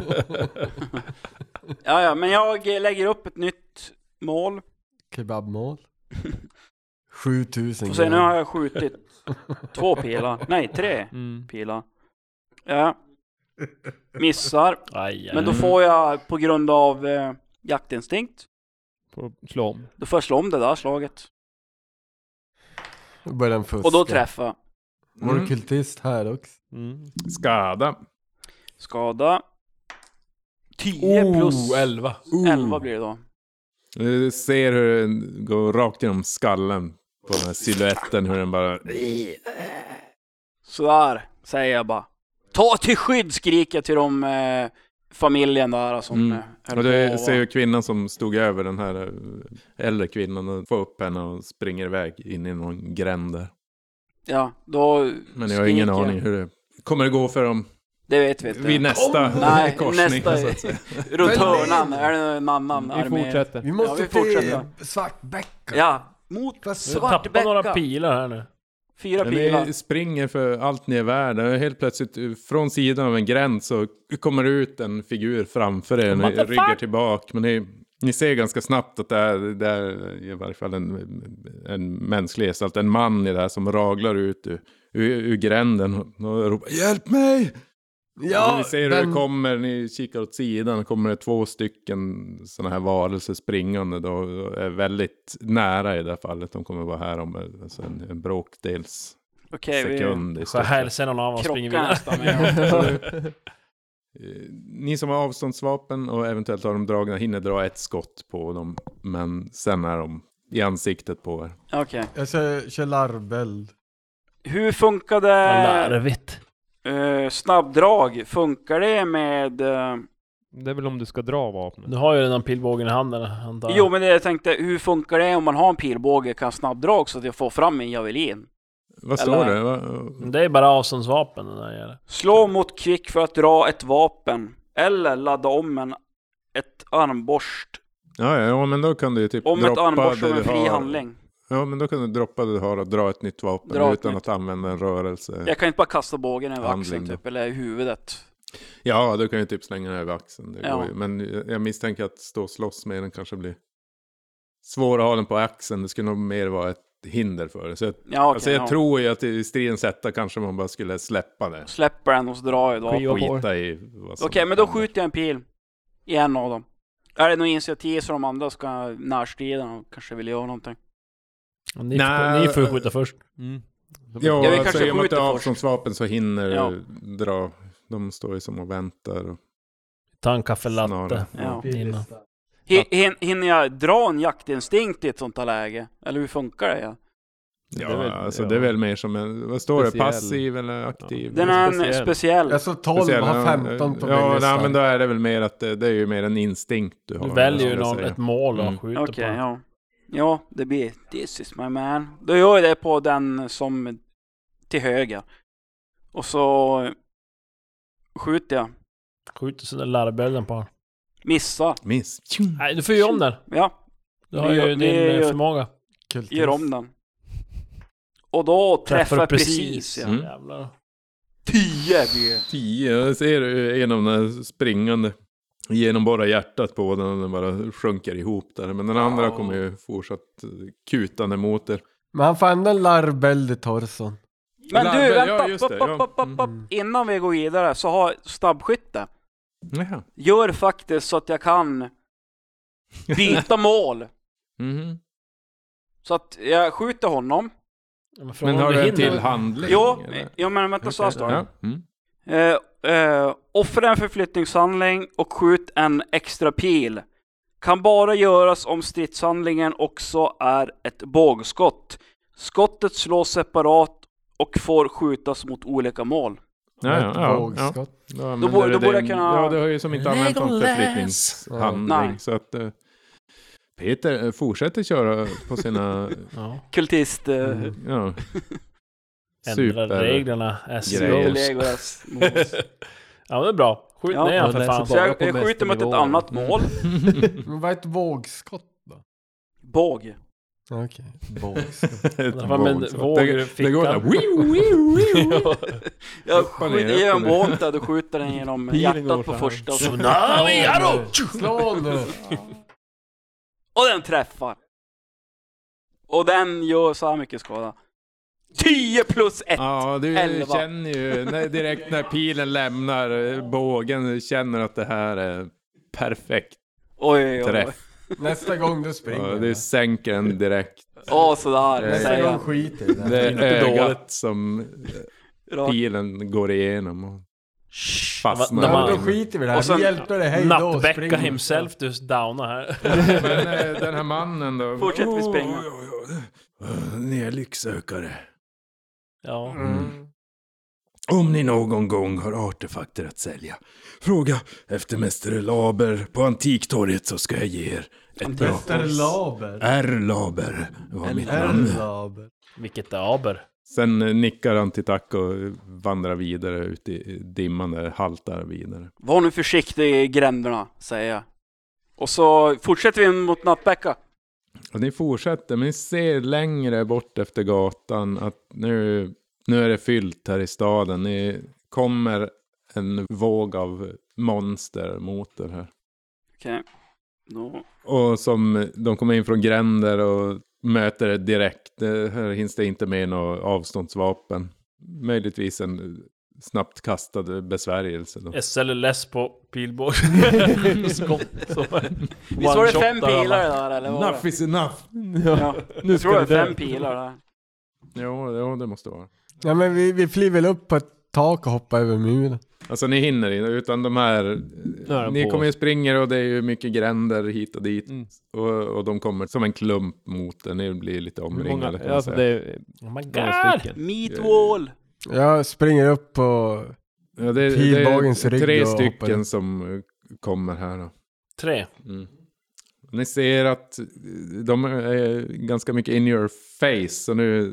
ja, ja, men jag lägger upp ett nytt mål. Kebabmål. sjutusen Och sen nu gram. har jag skjutit två pilar. Nej, tre Mm. pilar. Ja. Missar. Aj, aj. Men då får jag på grund av eh, jaktinstinkt. Får slå om. Då får jag slå om det där slaget. Då börjar den fuska. Och då träffar jag. Var Mm. du kultist här också? Mm. Skada. Skada. tio plus elva. elva blir det då. Du ser hur den går rakt genom skallen på den här siluetten. Hur den bara... Sådär, säger jag bara. Ta till skydd, skriker jag till de eh, familjen där som Mm. eh, höll Och på det och- ser ju kvinnan som stod över den här eh, äldre kvinnan och får upp henne och springer iväg in i någon gränd där. Ja, då Men jag har ingen skriker jag. aning hur det kommer det gå för dem Det vet vi inte. vid nästa Nej, korsning. nästa så att säga. runt Men- hörnan är det en annan Vi armé. fortsätter. Vi måste Ja, vi fortsätter. till Svartbäcka. Ja, mot Fast- Du tappar några Svartbäcka. pilar här nu. Fyra Men pilar. ni springer för allt ni är värda. Helt plötsligt från sidan av en gräns så kommer det ut en figur framför er. Ni What the ryggar fuck? tillbaka. Men ni, ni ser ganska snabbt att det är, det är i varje fall en, en mänsklig gestalt. En man i det här som raglar ut ur, ur, ur gränden och, och ropar hjälp mig! Ja, Och ni ser hur den- det kommer, ni kikar åt sidan, kommer det två stycken sådana här varelser springande då, och är väldigt nära i det här fallet. De kommer vara här om alltså en, en bråkdels Okej, vi sekund i Så stort sett. hälsar någon av oss springer krockar vidare. nästan med. Eh, Ni som har avståndsvapen och eventuellt har de dragna hinner dra ett skott på dem, men sen är de i ansiktet på er. Okej. Jag kör, kör larveld. Hur Vad funkade larvigt. uh, snabbdrag? Funkar det med... eh, Det är väl om du ska dra vapnet. Du har ju redan pilbågen i handen, antar jag. Jo, men det jag tänkte, hur funkar det om man har en pilbåge kan snabbdrag så att jag får fram en javelin? Vad står Eller- det? Va? Det är bara avståndsvapen det där gäller. Slå mot kvick för att dra ett vapen. Eller ladda om en, ett armborst. Ja, ja, ja, men då kan du ju typ Om ett droppa armborst det som en du fri har. handling. Ja, men då kan du droppa det du har och dra ett nytt vapen Dra ett utan nytt. att använda en rörelse. Jag kan inte bara kasta bågen över Handling axeln då. typ, eller i huvudet. Ja, du kan ju typ slänga den över axeln. Det Ja. går ju. Men jag misstänker att stå och slåss med den kanske blir svårare att ha den på axeln. Det skulle nog mer vara ett hinder för det. Så jag, Ja, okej. alltså jag ja. tror ju att i stridens hetta kanske man bara skulle släppa det. Släpper den och så drar jag ett vapen. Skiva på. Skita i vad som Okej, men då händer. skjuter jag en pil i en av dem. Är det något initiativ så de andra ska närstrida och kanske vill göra någonting? Ni, Nej. får, ni får skjuta först. Mm. Ja, Ja, vi alltså, kanske i och med att det skjuter är först. avståndsvapen så hinner Ja. dra. De står ju som och väntar. Och Ta en kaffe latte. snarare. Ja. Innan. H- hin- hinner jag dra en jaktinstinkt i ett sånt här läge? Eller hur funkar det? Ja? Ja, Det är väl- alltså ja. det är väl mer som en, vad står Speciell. det? Passiv eller aktiv? Den är en speciell. speciell. Alltså tolv Speciell, har ja, femton på Ja, min lista. nej, men då är det väl mer att det, det är ju mer en instinkt du har. Du väljer ju skulle jag någon, säga. ett mål och Mm. skjuter Okej, på. ja. Ja, det blir this is my man. Då gör jag det på den som till höger. Och så skjuter jag. Skjuter sådär larvbölden på. Missa. Miss. Nej, du får ju om den. Ja, Du har Vi ju gör- din vi eh, gör- förmåga. Kultist. gör om den. Och då träffar du jag precis. Ja. Mm. Jävlar. Tio blir det. Tio, jag ser du en av de där springande genomborra hjärtat på den och den bara sjunker ihop där. Men den andra Ja. kommer ju fortsatt eh, kutande mot er. Men han får ändå en larveld i torson. Men Larver, du, ja, vänta! just det, Upp, ja. upp, upp, upp, upp. Mm. Innan vi går vidare så har snabbskytte. Jaha. Gör faktiskt så att jag kan byta mål. Mhm. Så att jag skjuter honom. Ja, men frågan Men om har du du en hinner. till handling? Jo, eller? jo men vänta så här står det. Ja. Mm. Eh, eh, offra en förflyttningshandling och skjut en extra pil Kan bara göras om stridshandlingen också är ett bågskott. Skottet slås separat och får skjutas mot olika mål. Ja, ja, ja, Vågskott. ja. Då, Då borde- då det, borde jag kunna- Ja, det har ju som inte använt någon förflyttningshandling. Nej. Så att eh, Peter eh, fortsätter köra på sina Ja. Kultist... Eh, ja, Ändra super reglerna. S grejer. Go. Legos mot oss. Ja, det är bra. Skjut Ja. ner han Ja, för läser fan. Så bara jag, på jag skjuter mot ett mästernivån. annat mål. Men vad är ett vågskott då? Båg. Okej, vågskott. ett Det var med en vågskott. våg Det- ur det går fickan. där. Wiu, wiu, wiu. Jag Upp och ner, skjuter genom upp och ner. bågen där, då skjuter den genom Pilen går hjärtat på så här. första. Och, så, Tsunami, hallå! Slå nu! och den träffar. Och den gör så här mycket skada. tio plus ett. Ja, du elva. känner ju när, direkt när pilen lämnar eh, bågen, känner att det här är perfekt Oj, oj, oj. träff. Nästa gång du springer. Ja, du sänker den direkt. Åh, sådär. Det- Nästa säger gång jag. skiter i det. Det Inte är ögat dåligt. som Rakt. pilen går igenom och Shh. fastnar. När Ja, man- men då skiter vi i det här. Och sen- Vi hjälper dig, hej då. Nattbäcka springer. himself, du downar här. Men eh, den här mannen då? Fortsätter vi springa. Oj, oj, oj. Eh, Ni är lycksökare. Ja. Mm. Om ni någon gång har artefakter att sälja, fråga efter Mäster Laber på Antiktorget så ska jag ge er ett bra Mäster pris. Laber. R. Laber var mitt namn. Laber. Vilket är aber. Sen eh, nickar han till tack och vandrar vidare ut i dimman där, haltar vidare. Var nu försiktig i gränderna, säger jag. Och så fortsätter vi mot Nattbäcka. Och ni fortsätter, men ni ser längre bort efter gatan att nu, nu är det fyllt här i staden. Ni kommer en våg av monster mot er här. Okej. Då. Och som de kommer in från gränder och möter det direkt. Det, här hinns det inte med något avståndsvapen. Möjligtvis en snabbt kastad besvärjelse då. S L är less på pilbåg. Skott. Så Visst var det fem one-shottar pilar alla. där, eller vad var Enough det? is enough! Ja. Nu Jag tror ska det vi är dö. fem pilar där. Jo, jo, det måste vara. Ja, men vi, vi flyr väl upp på ett tak och hoppar över muren. Alltså ni hinner inte, utan de här... Nära Ni på. kommer ju springer och det är ju mycket gränder hit och dit. Mm. Och, och de kommer som en klump mot er. Ni blir lite Hur omringade många? kan man Alltså säga. det är Oh my några god! stycken. Meatwall! Jag springer upp på... Ja, det, det pilbågens är rygg tre och hoppar stycken in. som eh, kommer här då. Tre. Mm. Ni ser att de är ganska mycket in your face. Så nu,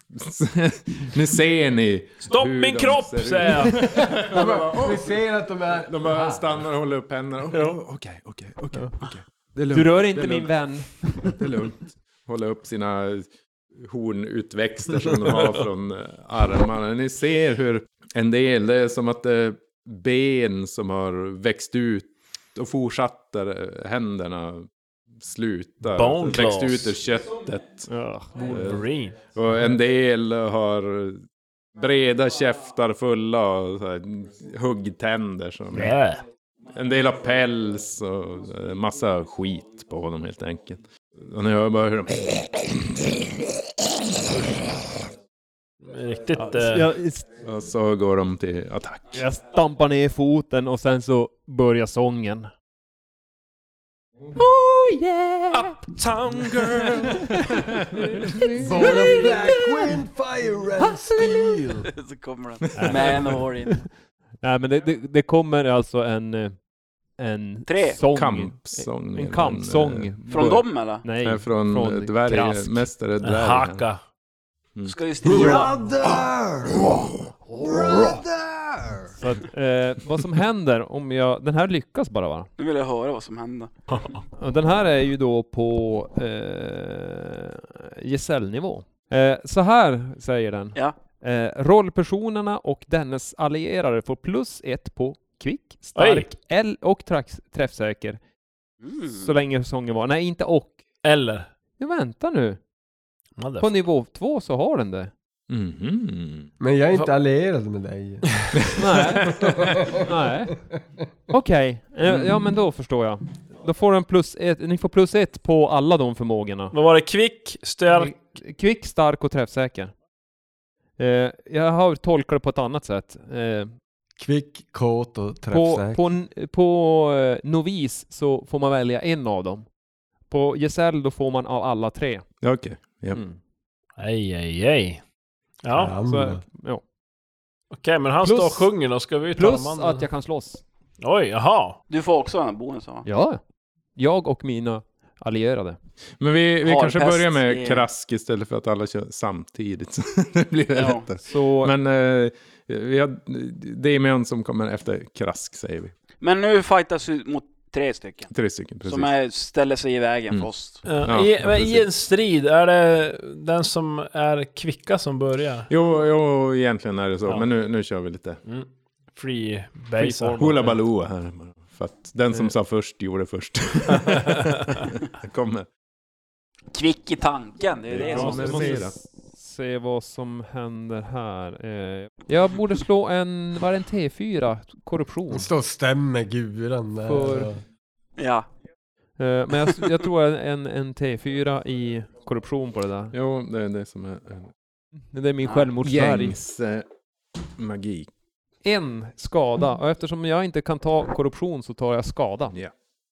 nu ser ni. Stopp hur min de kropp, ser ut. säger jag. Vi ser att de är... De bara stannar och håller upp händerna. Okej, okej, okej, okej. Det är lugnt. Du rör inte det är min lugnt. vän. Det är lugnt. Hålla upp sina hornutväxter som de har från eh, armarna. Ni ser hur en del, det är som att det är ben som har växt ut och fortsätter händerna slutar. Bone växt claws. ut ur köttet. Ja. Wolverine. Och en del har breda käftar fulla av så här huggtänder. Som Yeah. En del har päls och eh, massa skit på dem helt enkelt. Och ni hör bara hur de... Riktigt... Ja, eh, jag, Och så går de till attack. jag stampar ner foten och sen så börjar sången. Oh yeah! Uptown girl! Bara black wind, fire and steel. Så kommer den. Manowar in. Nej men det, det, det kommer alltså en eh, en Tre. sång. Kampsång. En eller kampsång. eh, Från dem eller? Nej. Nej, från, från dvärg, Krask. mästare En dvärgen. haka. Ska vi styra? Brother! Brother! Så att, eh, vad som händer om jag... Den här lyckas bara va? Nu vill jag höra vad som händer. Och den här är ju då på eh, gesällnivå. Eh, så här säger den. Ja. Eh, rollpersonerna och dennes allierade får plus ett på kvick, stark L och trax- träffsäker. Mm. Så länge sången var. Nej, inte och. Eller? Ja, vänta nu. På Motherf- nivå två så har den det. Mhm. Men jag är inte allierad med dig. Nej. Nej. Okej. Eh, Ja, men då förstår jag. Då får den plus ett. Ni får plus ett på alla de förmågorna. Vad var det? Kvick, stark... Kvick, stark och träffsäker. Eh, jag har tolkat det på ett annat sätt. Eh, Kvick, kåt och På, träffsäker. på, på eh, novis så får man välja en av dem. På gesäll då får man av alla tre. Ja, okej. Ja. Mm. Ej, ej, ej. Ja, Ja, Så, men- ja. okej, men han Plus- står och sjunger då. Ska vi ta Plus mannen? att jag kan slåss. Oj, jaha. Du får också en bonus va? Ja. Jag och mina allierade. Men vi, vi Har kanske pest börjar med i- krask istället för att alla kör samtidigt. Så det blir det Ja. lättare. Så Men eh, vi har Demion som kommer efter krask, säger vi. Men nu fightas vi mot tre stycken. Tre stycken, precis. Som är, ställer sig i vägen Mm. för oss. Ja, Ja, i, ja, men I precis. en strid, är det den som är kvicka som börjar? Jo, jo, egentligen är det så. Ja. Men nu, nu kör vi lite Mm. Free base. hula baloo här. För att den som Eh. sa först gjorde först. Det kommer. Kvick i tanken, det är det Ja, som... men- jag måste mera. se vad som händer här. Eh, jag borde slå en, var det en T fyra? Korruption. Hon står och stämmer guren där. För- Ja. Eh, men jag, jag tror en, en T fyra i korruption på det där. Jo, det är det som är Det är min Ja. självmordsfärg. gängs eh, magi. En skada. Och eftersom jag inte kan ta korruption så tar jag skada. Ja.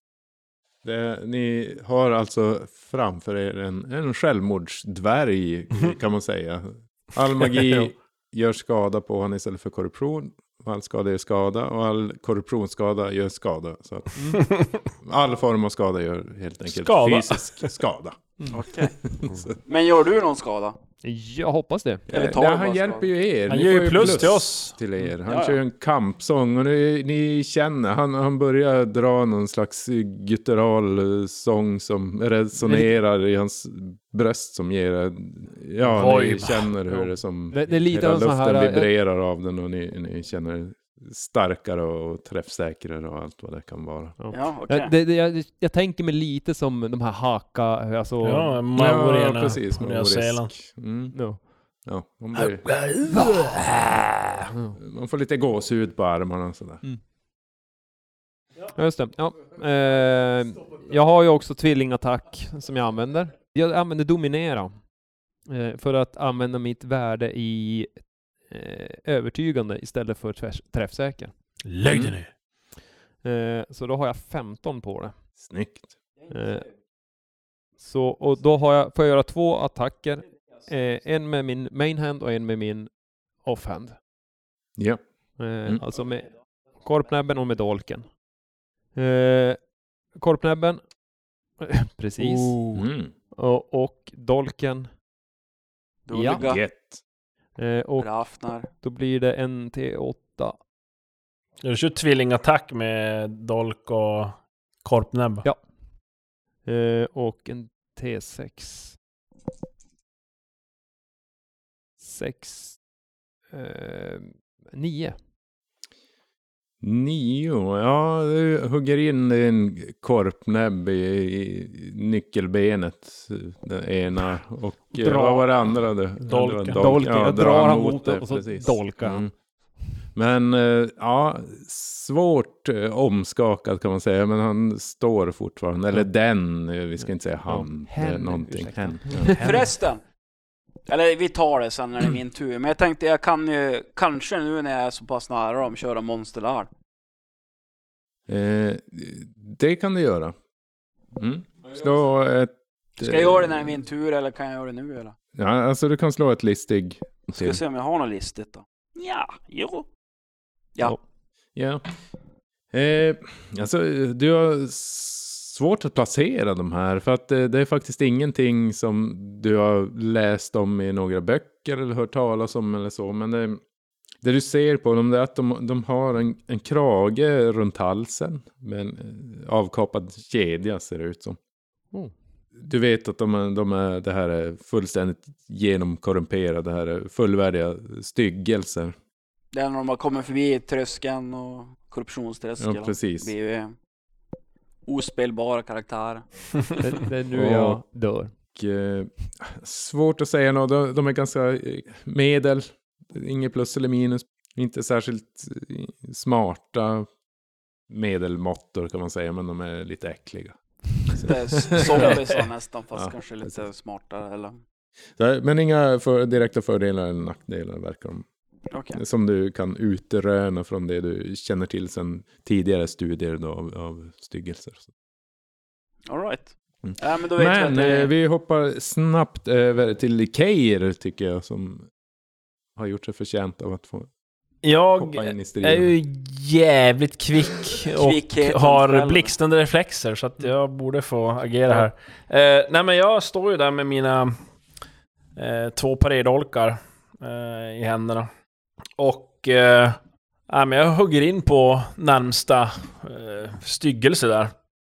Det, ni har alltså framför er en, en självmordsdvärg, kan man säga. All magi gör skada på honom istället för korruption. All skada gör skada och all korruptionsskada gör skada. Så att all form av skada gör helt enkelt Skada. fysisk skada. Okej. Så, Men gör du någon skada? Jag hoppas det. Eller eh, tar ja, bara han skada. hjälper ju er. Han Ni ger får ju plus till oss. till er. Han Ja, ja. kör ju en kampsång och ni, ni känner, han, han börjar dra någon slags guttural eh, sång som resonerar i hans bröst som ger, eh, ja, ni Vibe. känner hur Ja. det som Det, det är lite hela av en sån luften här... vibrerar av den och ni, ni känner er starkare och träffsäkrare och allt vad det kan vara. Ja, okej. Jag, det, det, jag, jag tänker mig lite som de här haka, alltså... Ja, Ja, maorierna precis. på Nya maorisk. Zeeland. Mm. No. Ja, man, blir, man får lite gåshud på armarna och sådär. Ja, just det. Ja. Eh, jag har ju också tvillingattack som jag använder. Jag använder dominera. Eh, för att använda mitt värde i eh, övertygande istället för tvärs, träffsäker. Lägg dig ner. Eh, så då har jag femton på det. Snyggt. Eh, så, och då har jag, får jag göra två attacker. Eh, en med min main hand och en med min offhand. Ja. Eh, Mm. Alltså med korpnäbben och med dolken. Eh, korpnäbben. Precis. Mm. Och, och dolken. Dulga, Ja. Gett. Eh, och Rafnar. då blir det en T åtta. Du kör tvillingattack med dolk och korpnäbb. Ja. Eh, och en T sex. Sex. Eh, nio. Nio. Ja, du hugger in en korpnäbb i, i nyckelbenet. Den ena. Och eh, Dra- vad var det andra? Det, Dolken. det var Dolken. Ja, Jag dra drar han mot mot det, det och så precis. dolkar han. Mm. Men eh, ja, svårt eh, omskakad kan man säga. Men han står fortfarande. Eller den, eh, vi ska inte säga han. Ja, hen, eh, någonting. ursäkta. Hen. Förresten. Eller vi tar det sen när det är min tur. Men jag tänkte jag kan ju kanske nu när jag är så pass nära dem köra monsterlar. Eh, det kan du göra. Mm. Slå ett... Ska jag göra det när det är min tur eller kan jag göra det nu eller? Ja, alltså du kan slå ett listig. Ska vi se om jag har något listigt då. Ja, jo. Ja. Ja. Eh, alltså du har svårt att placera de här. För att det, det är faktiskt ingenting som du har läst om i några böcker eller hört talas om eller så. Men det, det du ser på dem är att de, de har en, en krage runt halsen. Med en avkapad kedja ser det ut som. Oh. Du vet att de, är, de är, det här är fullständigt genomkorrumperade. Det här är fullvärdiga styggelser. Det är när de har kommit förbi tröskeln och korruptionströskeln. Ja, precis. Det blir ju ospelbara karaktärer. Det, det är nu Och- jag dör. Och, eh, svårt att säga något. De, de är ganska eh, medel. Inget plus eller minus. Inte särskilt eh, smarta medelmåttor kan man säga. Men de är lite äckliga. Det är zombiesar nästan fast Ja, kanske lite precis. smartare eller... Så, men inga för, direkta fördelar eller nackdelar verkar de Okej. Som du kan utröna från det du känner till sedan tidigare studier då av, av styggelser. All right. Mm. Ja, men då vet Men vi att det eh, är... vi hoppar snabbt över till Keir, tycker jag, som har gjort sig förtjänt av att få Jag hoppa in i är striden. ju jävligt kvick och Kvickheten har själv. blixtande reflexer, så att jag borde få agera här. Eh, nej, men jag står ju där med mina eh, två paredolkar eh, i händerna. Och eh, ja, men jag hugger in på närmsta eh, styggelse där.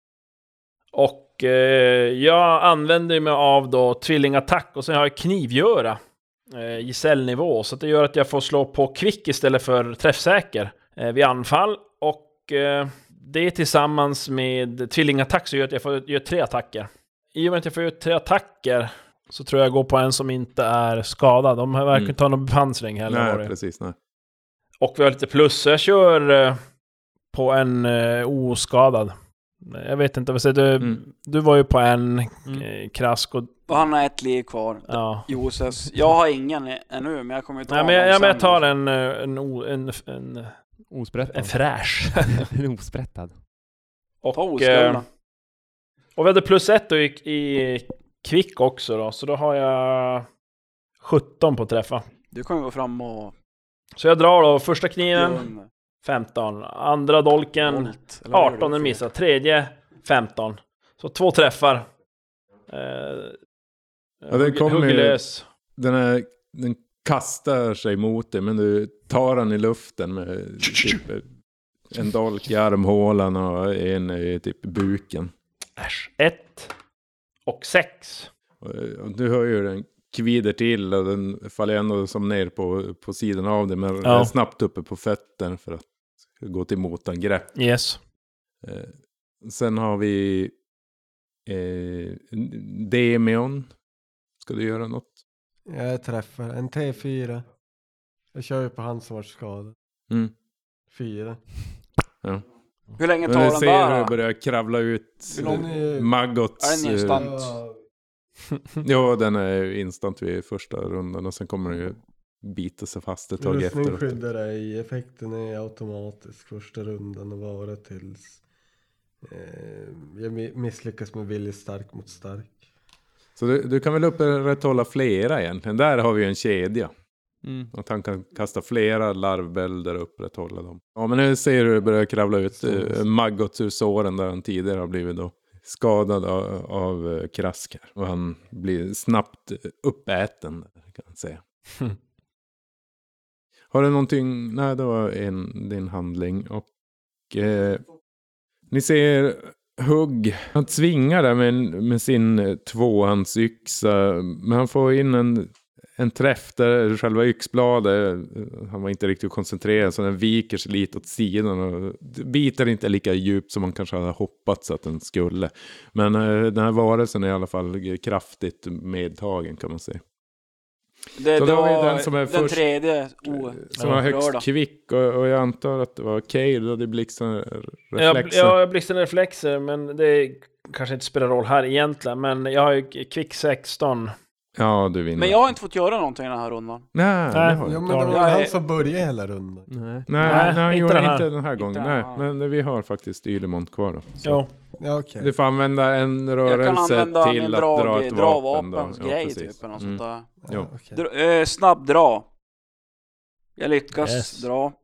Och eh, jag använder mig av då tvillingattack, och sen har jag knivgöra eh, gesällnivå, så att det gör att jag får slå på kvick istället för träffsäker eh, vid anfall. Och eh, det tillsammans med tvillingattack så gör att jag får göra tre attacker. I och med att jag får göra tre attacker så tror jag går på en som inte är skadad. De har verkligen Mm. tagit någon bepansring heller. var Nej, det. precis. Nej. Och vi har lite plus, så jag kör eh, på en eh, oskadad. Jag vet inte, vad säger du? Mm. Du var ju på en Mm. eh, krask och... Och han har ett liv kvar. Ja. Joses. Jag har ingen ännu, men jag kommer ju ta Nej, men jag, honom ja, men jag sen. tar en, eh, en, o- en, en, Osprättad. en fräsch. En osprättad. Ta och, eh, oskulderna. och vi hade plus ett då i, i kvick också då, så då har jag sjutton på att träffa. Du kommer gå fram och... Så jag drar då första kniven, göra en femton. Andra dolken, volt, eller vad gör arton, du? den missar. Tredje, femton. Så två träffar. Eh, Ja, det hugg- kommer ju- hugglös. Den, är, den kastar sig mot dig, men du tar den i luften med typ en dolk i armhålan och en i typ buken. Äsch. Ett och sex. Och, och du hör ju den kvider till och den faller ändå som ner på, på sidan av dig, men Ja. är snabbt uppe på fötter för att gå till motangrepp. Yes. Eh, sen har vi eh, Demion. Ska du göra något? Jag träffar en T fyra. Jag kör ju på han som var skadad. Mm. Fyra. Ja. Hur länge Men tar du den ser där? hur det då? börjar kravla ut Hur lång är- maggots. Är den instant? Ja, Ja, den är instant vid första rundan och sen kommer den ju bita sig fast ett tag rustning efteråt. skyddar dig. Effekten är automatisk första rundan och vara tills eh, jag mi- misslyckas med vilja stark mot stark. Så du, du kan väl upprätthålla flera egentligen. Där har vi ju en kedja. Mm. Att han kan kasta flera larvbälder och upprätthålla dem. Ja, men nu ser du hur det börjar kravla ut eh, maggots ur såren där han tidigare har blivit då skadad av, av eh, krask här. Och han blir snabbt uppäten, kan man säga. Hmm. Har du någonting? Nej, det var en, din handling. Och eh, ni ser Hugg. Han svingar där med, en- med sin eh, tvåhandsyxa. Men han får in en, en träff där själva yxbladet, eh, han var inte riktigt koncentrerad, så den viker sig lite åt sidan och biter inte lika djupt som man kanske hade hoppats att den skulle. Men eh, den här varelsen är i alla fall kraftigt medtagen, kan man säga. Det, Så det då har vi var den som är den först- tredje. Oh, Som var högst rörda. kvick, och, och jag antar att det var Keir då det blixtrade Jag, reflexer. jag har blixtrande reflexer, men det kanske inte spelar roll här egentligen. Men jag har ju kvick sexton. Ja, du vinner. Men jag har inte fått göra någonting den här rundan. Nej, Nej. det har Ja jag men inte. det var Jag han är- som började hela rundan. Nej. Nej, Nej, nej, han inte gjorde den här. inte den här gången. Inte den Nej, här. men vi har faktiskt Ylemont kvar då. Så Jo. Ja okej. du får använda en Jag rörelse kan använda till min att dra drag, ett dra vapen. då. vapens Ja, grej precis. typ. Eller något Mm. sånt där. Ja, Jo. okej. Dra, eh, snabb dra. Jag lyckas Yes. dra.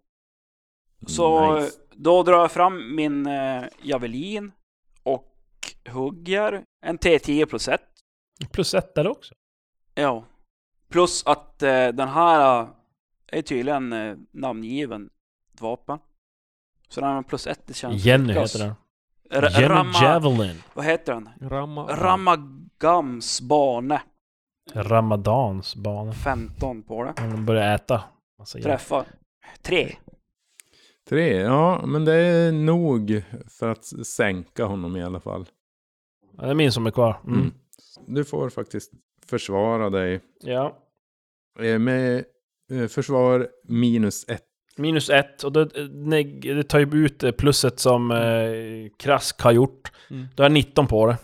Så Nice. då drar jag fram min eh, javelin och hugger en T tio plus ett. Plus ett där också. Ja. Plus att eh, den här eh, är tydligen eh, namngiven ett vapen. Så den har plus ett, det känns Jenny lyckas. heter den. R- Jenny Ramma, Javelin. vad heter den? Ramma. Ramagams bane. Ramadans bana. femton på det. Han börjar äta. Massa Träffar. Tre. Tre, ja, men det är nog för att sänka honom i alla fall. Ja, det är min som är kvar. Mm. Mm. Du får faktiskt försvara dig Ja. eh, med eh, försvar minus ett. Minus ett. Och det, neg- det tar ju ut eh, plusset som eh, Krask har gjort. Mm. Då har jag nitton på det.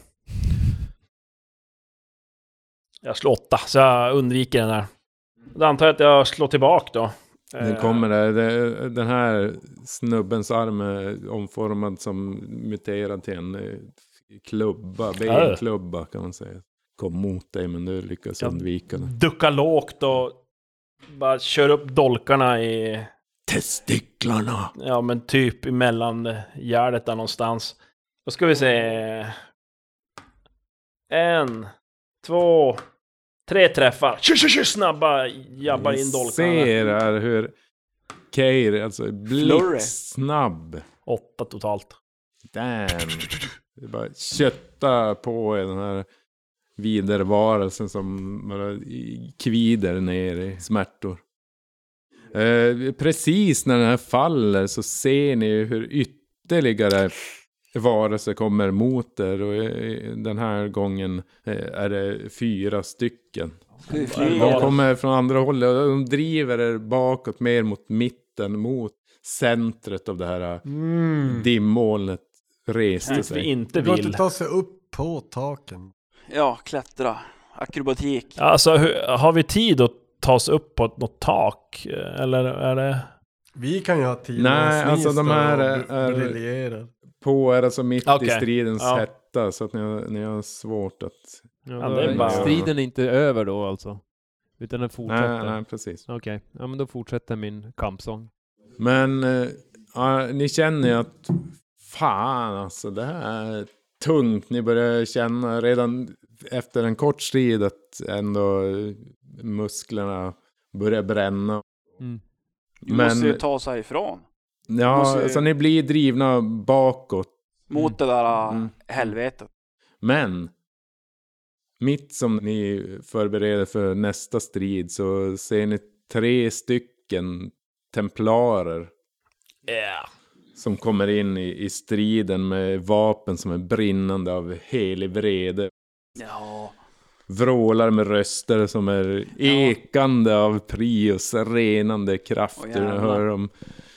Jag slår åtta, så jag undviker den här. Då antar jag att jag slår tillbaka då. Den kommer där. Det, den här snubbens arm är omformad som muterad till en eh, klubba, benklubba kan man säga. Kom mot dig men du lyckas Jag undvika det. Ducka lågt och bara kör upp dolkarna i... Testiklarna! Ja men typ emellan gärdet där någonstans. Då ska vi se... En, två, tre träffar. Tju, tju, tju, snabba jabbar in dolkarna. Ser här hur Keir, alltså blixtsnabb. Åtta totalt. Damn. Det är bara kötta på den här vidervarelsen som bara kvider ner i smärtor. Eh, precis när den här faller så ser ni hur ytterligare varelser kommer mot er. Och den här gången är det fyra stycken. De kommer från andra hållet och de driver er bakåt mer mot mitten, mot centret av det här mm. dimmolnet reste sig. Vi inte vill. vill. Låt ta sig upp på taken. Ja, klättra. Akrobatik. Alltså, hur, har vi tid att ta oss upp på något tak? Eller är det... Vi kan ju ha tid. Nej, alltså de här är, är på är alltså mitt okay. i stridens ja. hetta. Så att ni har, ni har svårt att... Ja, ja, det är bara... Striden är inte över då alltså? Utan den fortsätter? Nej, nej precis. Okej, okay. Ja men då fortsätter min kampsång. Men äh, äh, ni känner ju att fan alltså det här är tungt. Ni börjar känna redan efter en kort strid att ändå musklerna börjar bränna. Mm. Du måste ju ta sig ifrån. Ja, måste... alltså ni blir drivna bakåt. Mot mm. det där mm. helvetet. Men mitt som ni förbereder för nästa strid så ser ni tre stycken templarer. Yeah. Som kommer in i, i striden med vapen som är brinnande av helig vrede. Ja. Vrålar med röster som är ekande ja. av Prios renande krafter. Oh, hör dem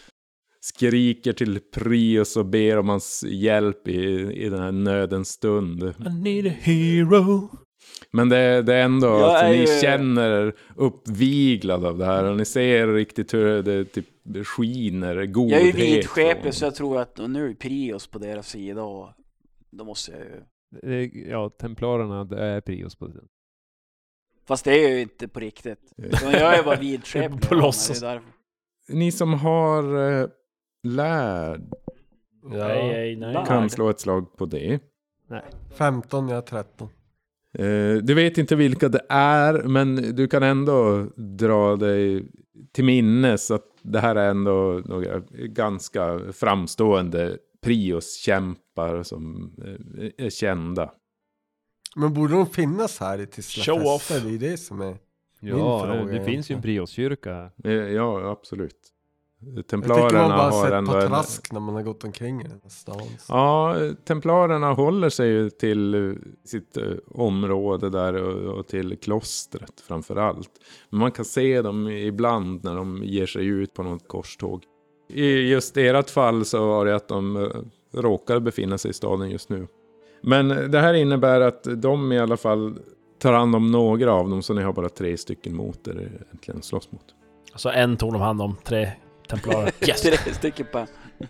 skriker till Prios och ber om hans hjälp i, i den här nödens stund. I need a hero. Men det, det är ändå jag att är ni ju... känner er uppviglad av det här. Och ni ser riktigt hur det typ skiner godhet. Jag är ju vidskeplig och... så jag tror att nu är Prios på deras sida och då måste jag ju... Ja, templarerna, det är Prios på det. Fast det är ju inte på riktigt. Så jag är bara vidskeplig. På låtsas. Ni som har äh, lärd ja. nej, nej, nej. kan slå ett slag på det. Nej. femton, jag tretton. Uh, du vet inte vilka det är, men du kan ändå dra dig till minnes att det här är ändå några ganska framstående Prios-kämpar som uh, är kända. Men borde de finnas här i Tisla fester? Det är det som är ja, min fråga. Det finns ju en Prios-kyrka. Uh, ja, absolut. Templarerna jag tycker man bara har sett ändå på trask en... när man har gått omkring i den stan. Ja, templarerna håller sig ju till sitt uh, område där och, och till klostret framförallt. Men man kan se dem ibland när de ger sig ut på något korståg. I just ert fall så var det att de uh, råkar befinna sig i staden just nu. Men det här innebär att de i alla fall tar hand om några av dem, så ni har bara tre stycken mot er egentligen slåss mot. Så en tog de hand om, tre templarer. Yes. Tre stycken på.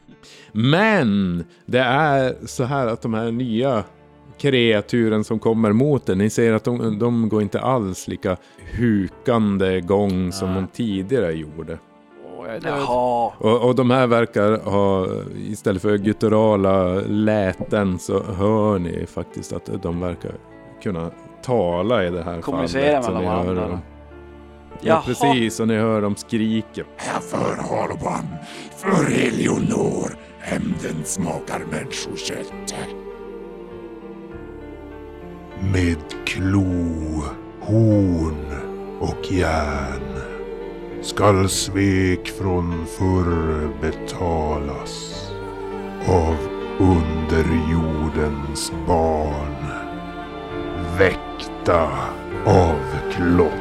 Men det är så här att de här nya kreaturen som kommer mot er, ni ser att de, de går inte alls lika hukande gång som de tidigare gjorde. Jaha. Och, och de här verkar ha, istället för gutturala läten så hör ni faktiskt att de verkar kunna tala i det här kommunicera fallet. Kommunicera med varandra. Ja, precis, och ni hör dem skrika. Härför Harvan, för Eleonor, hämnden smakar människokött. Med klo, horn och järn skall svek från förr betalas av underjordens barn, väckta av klotter.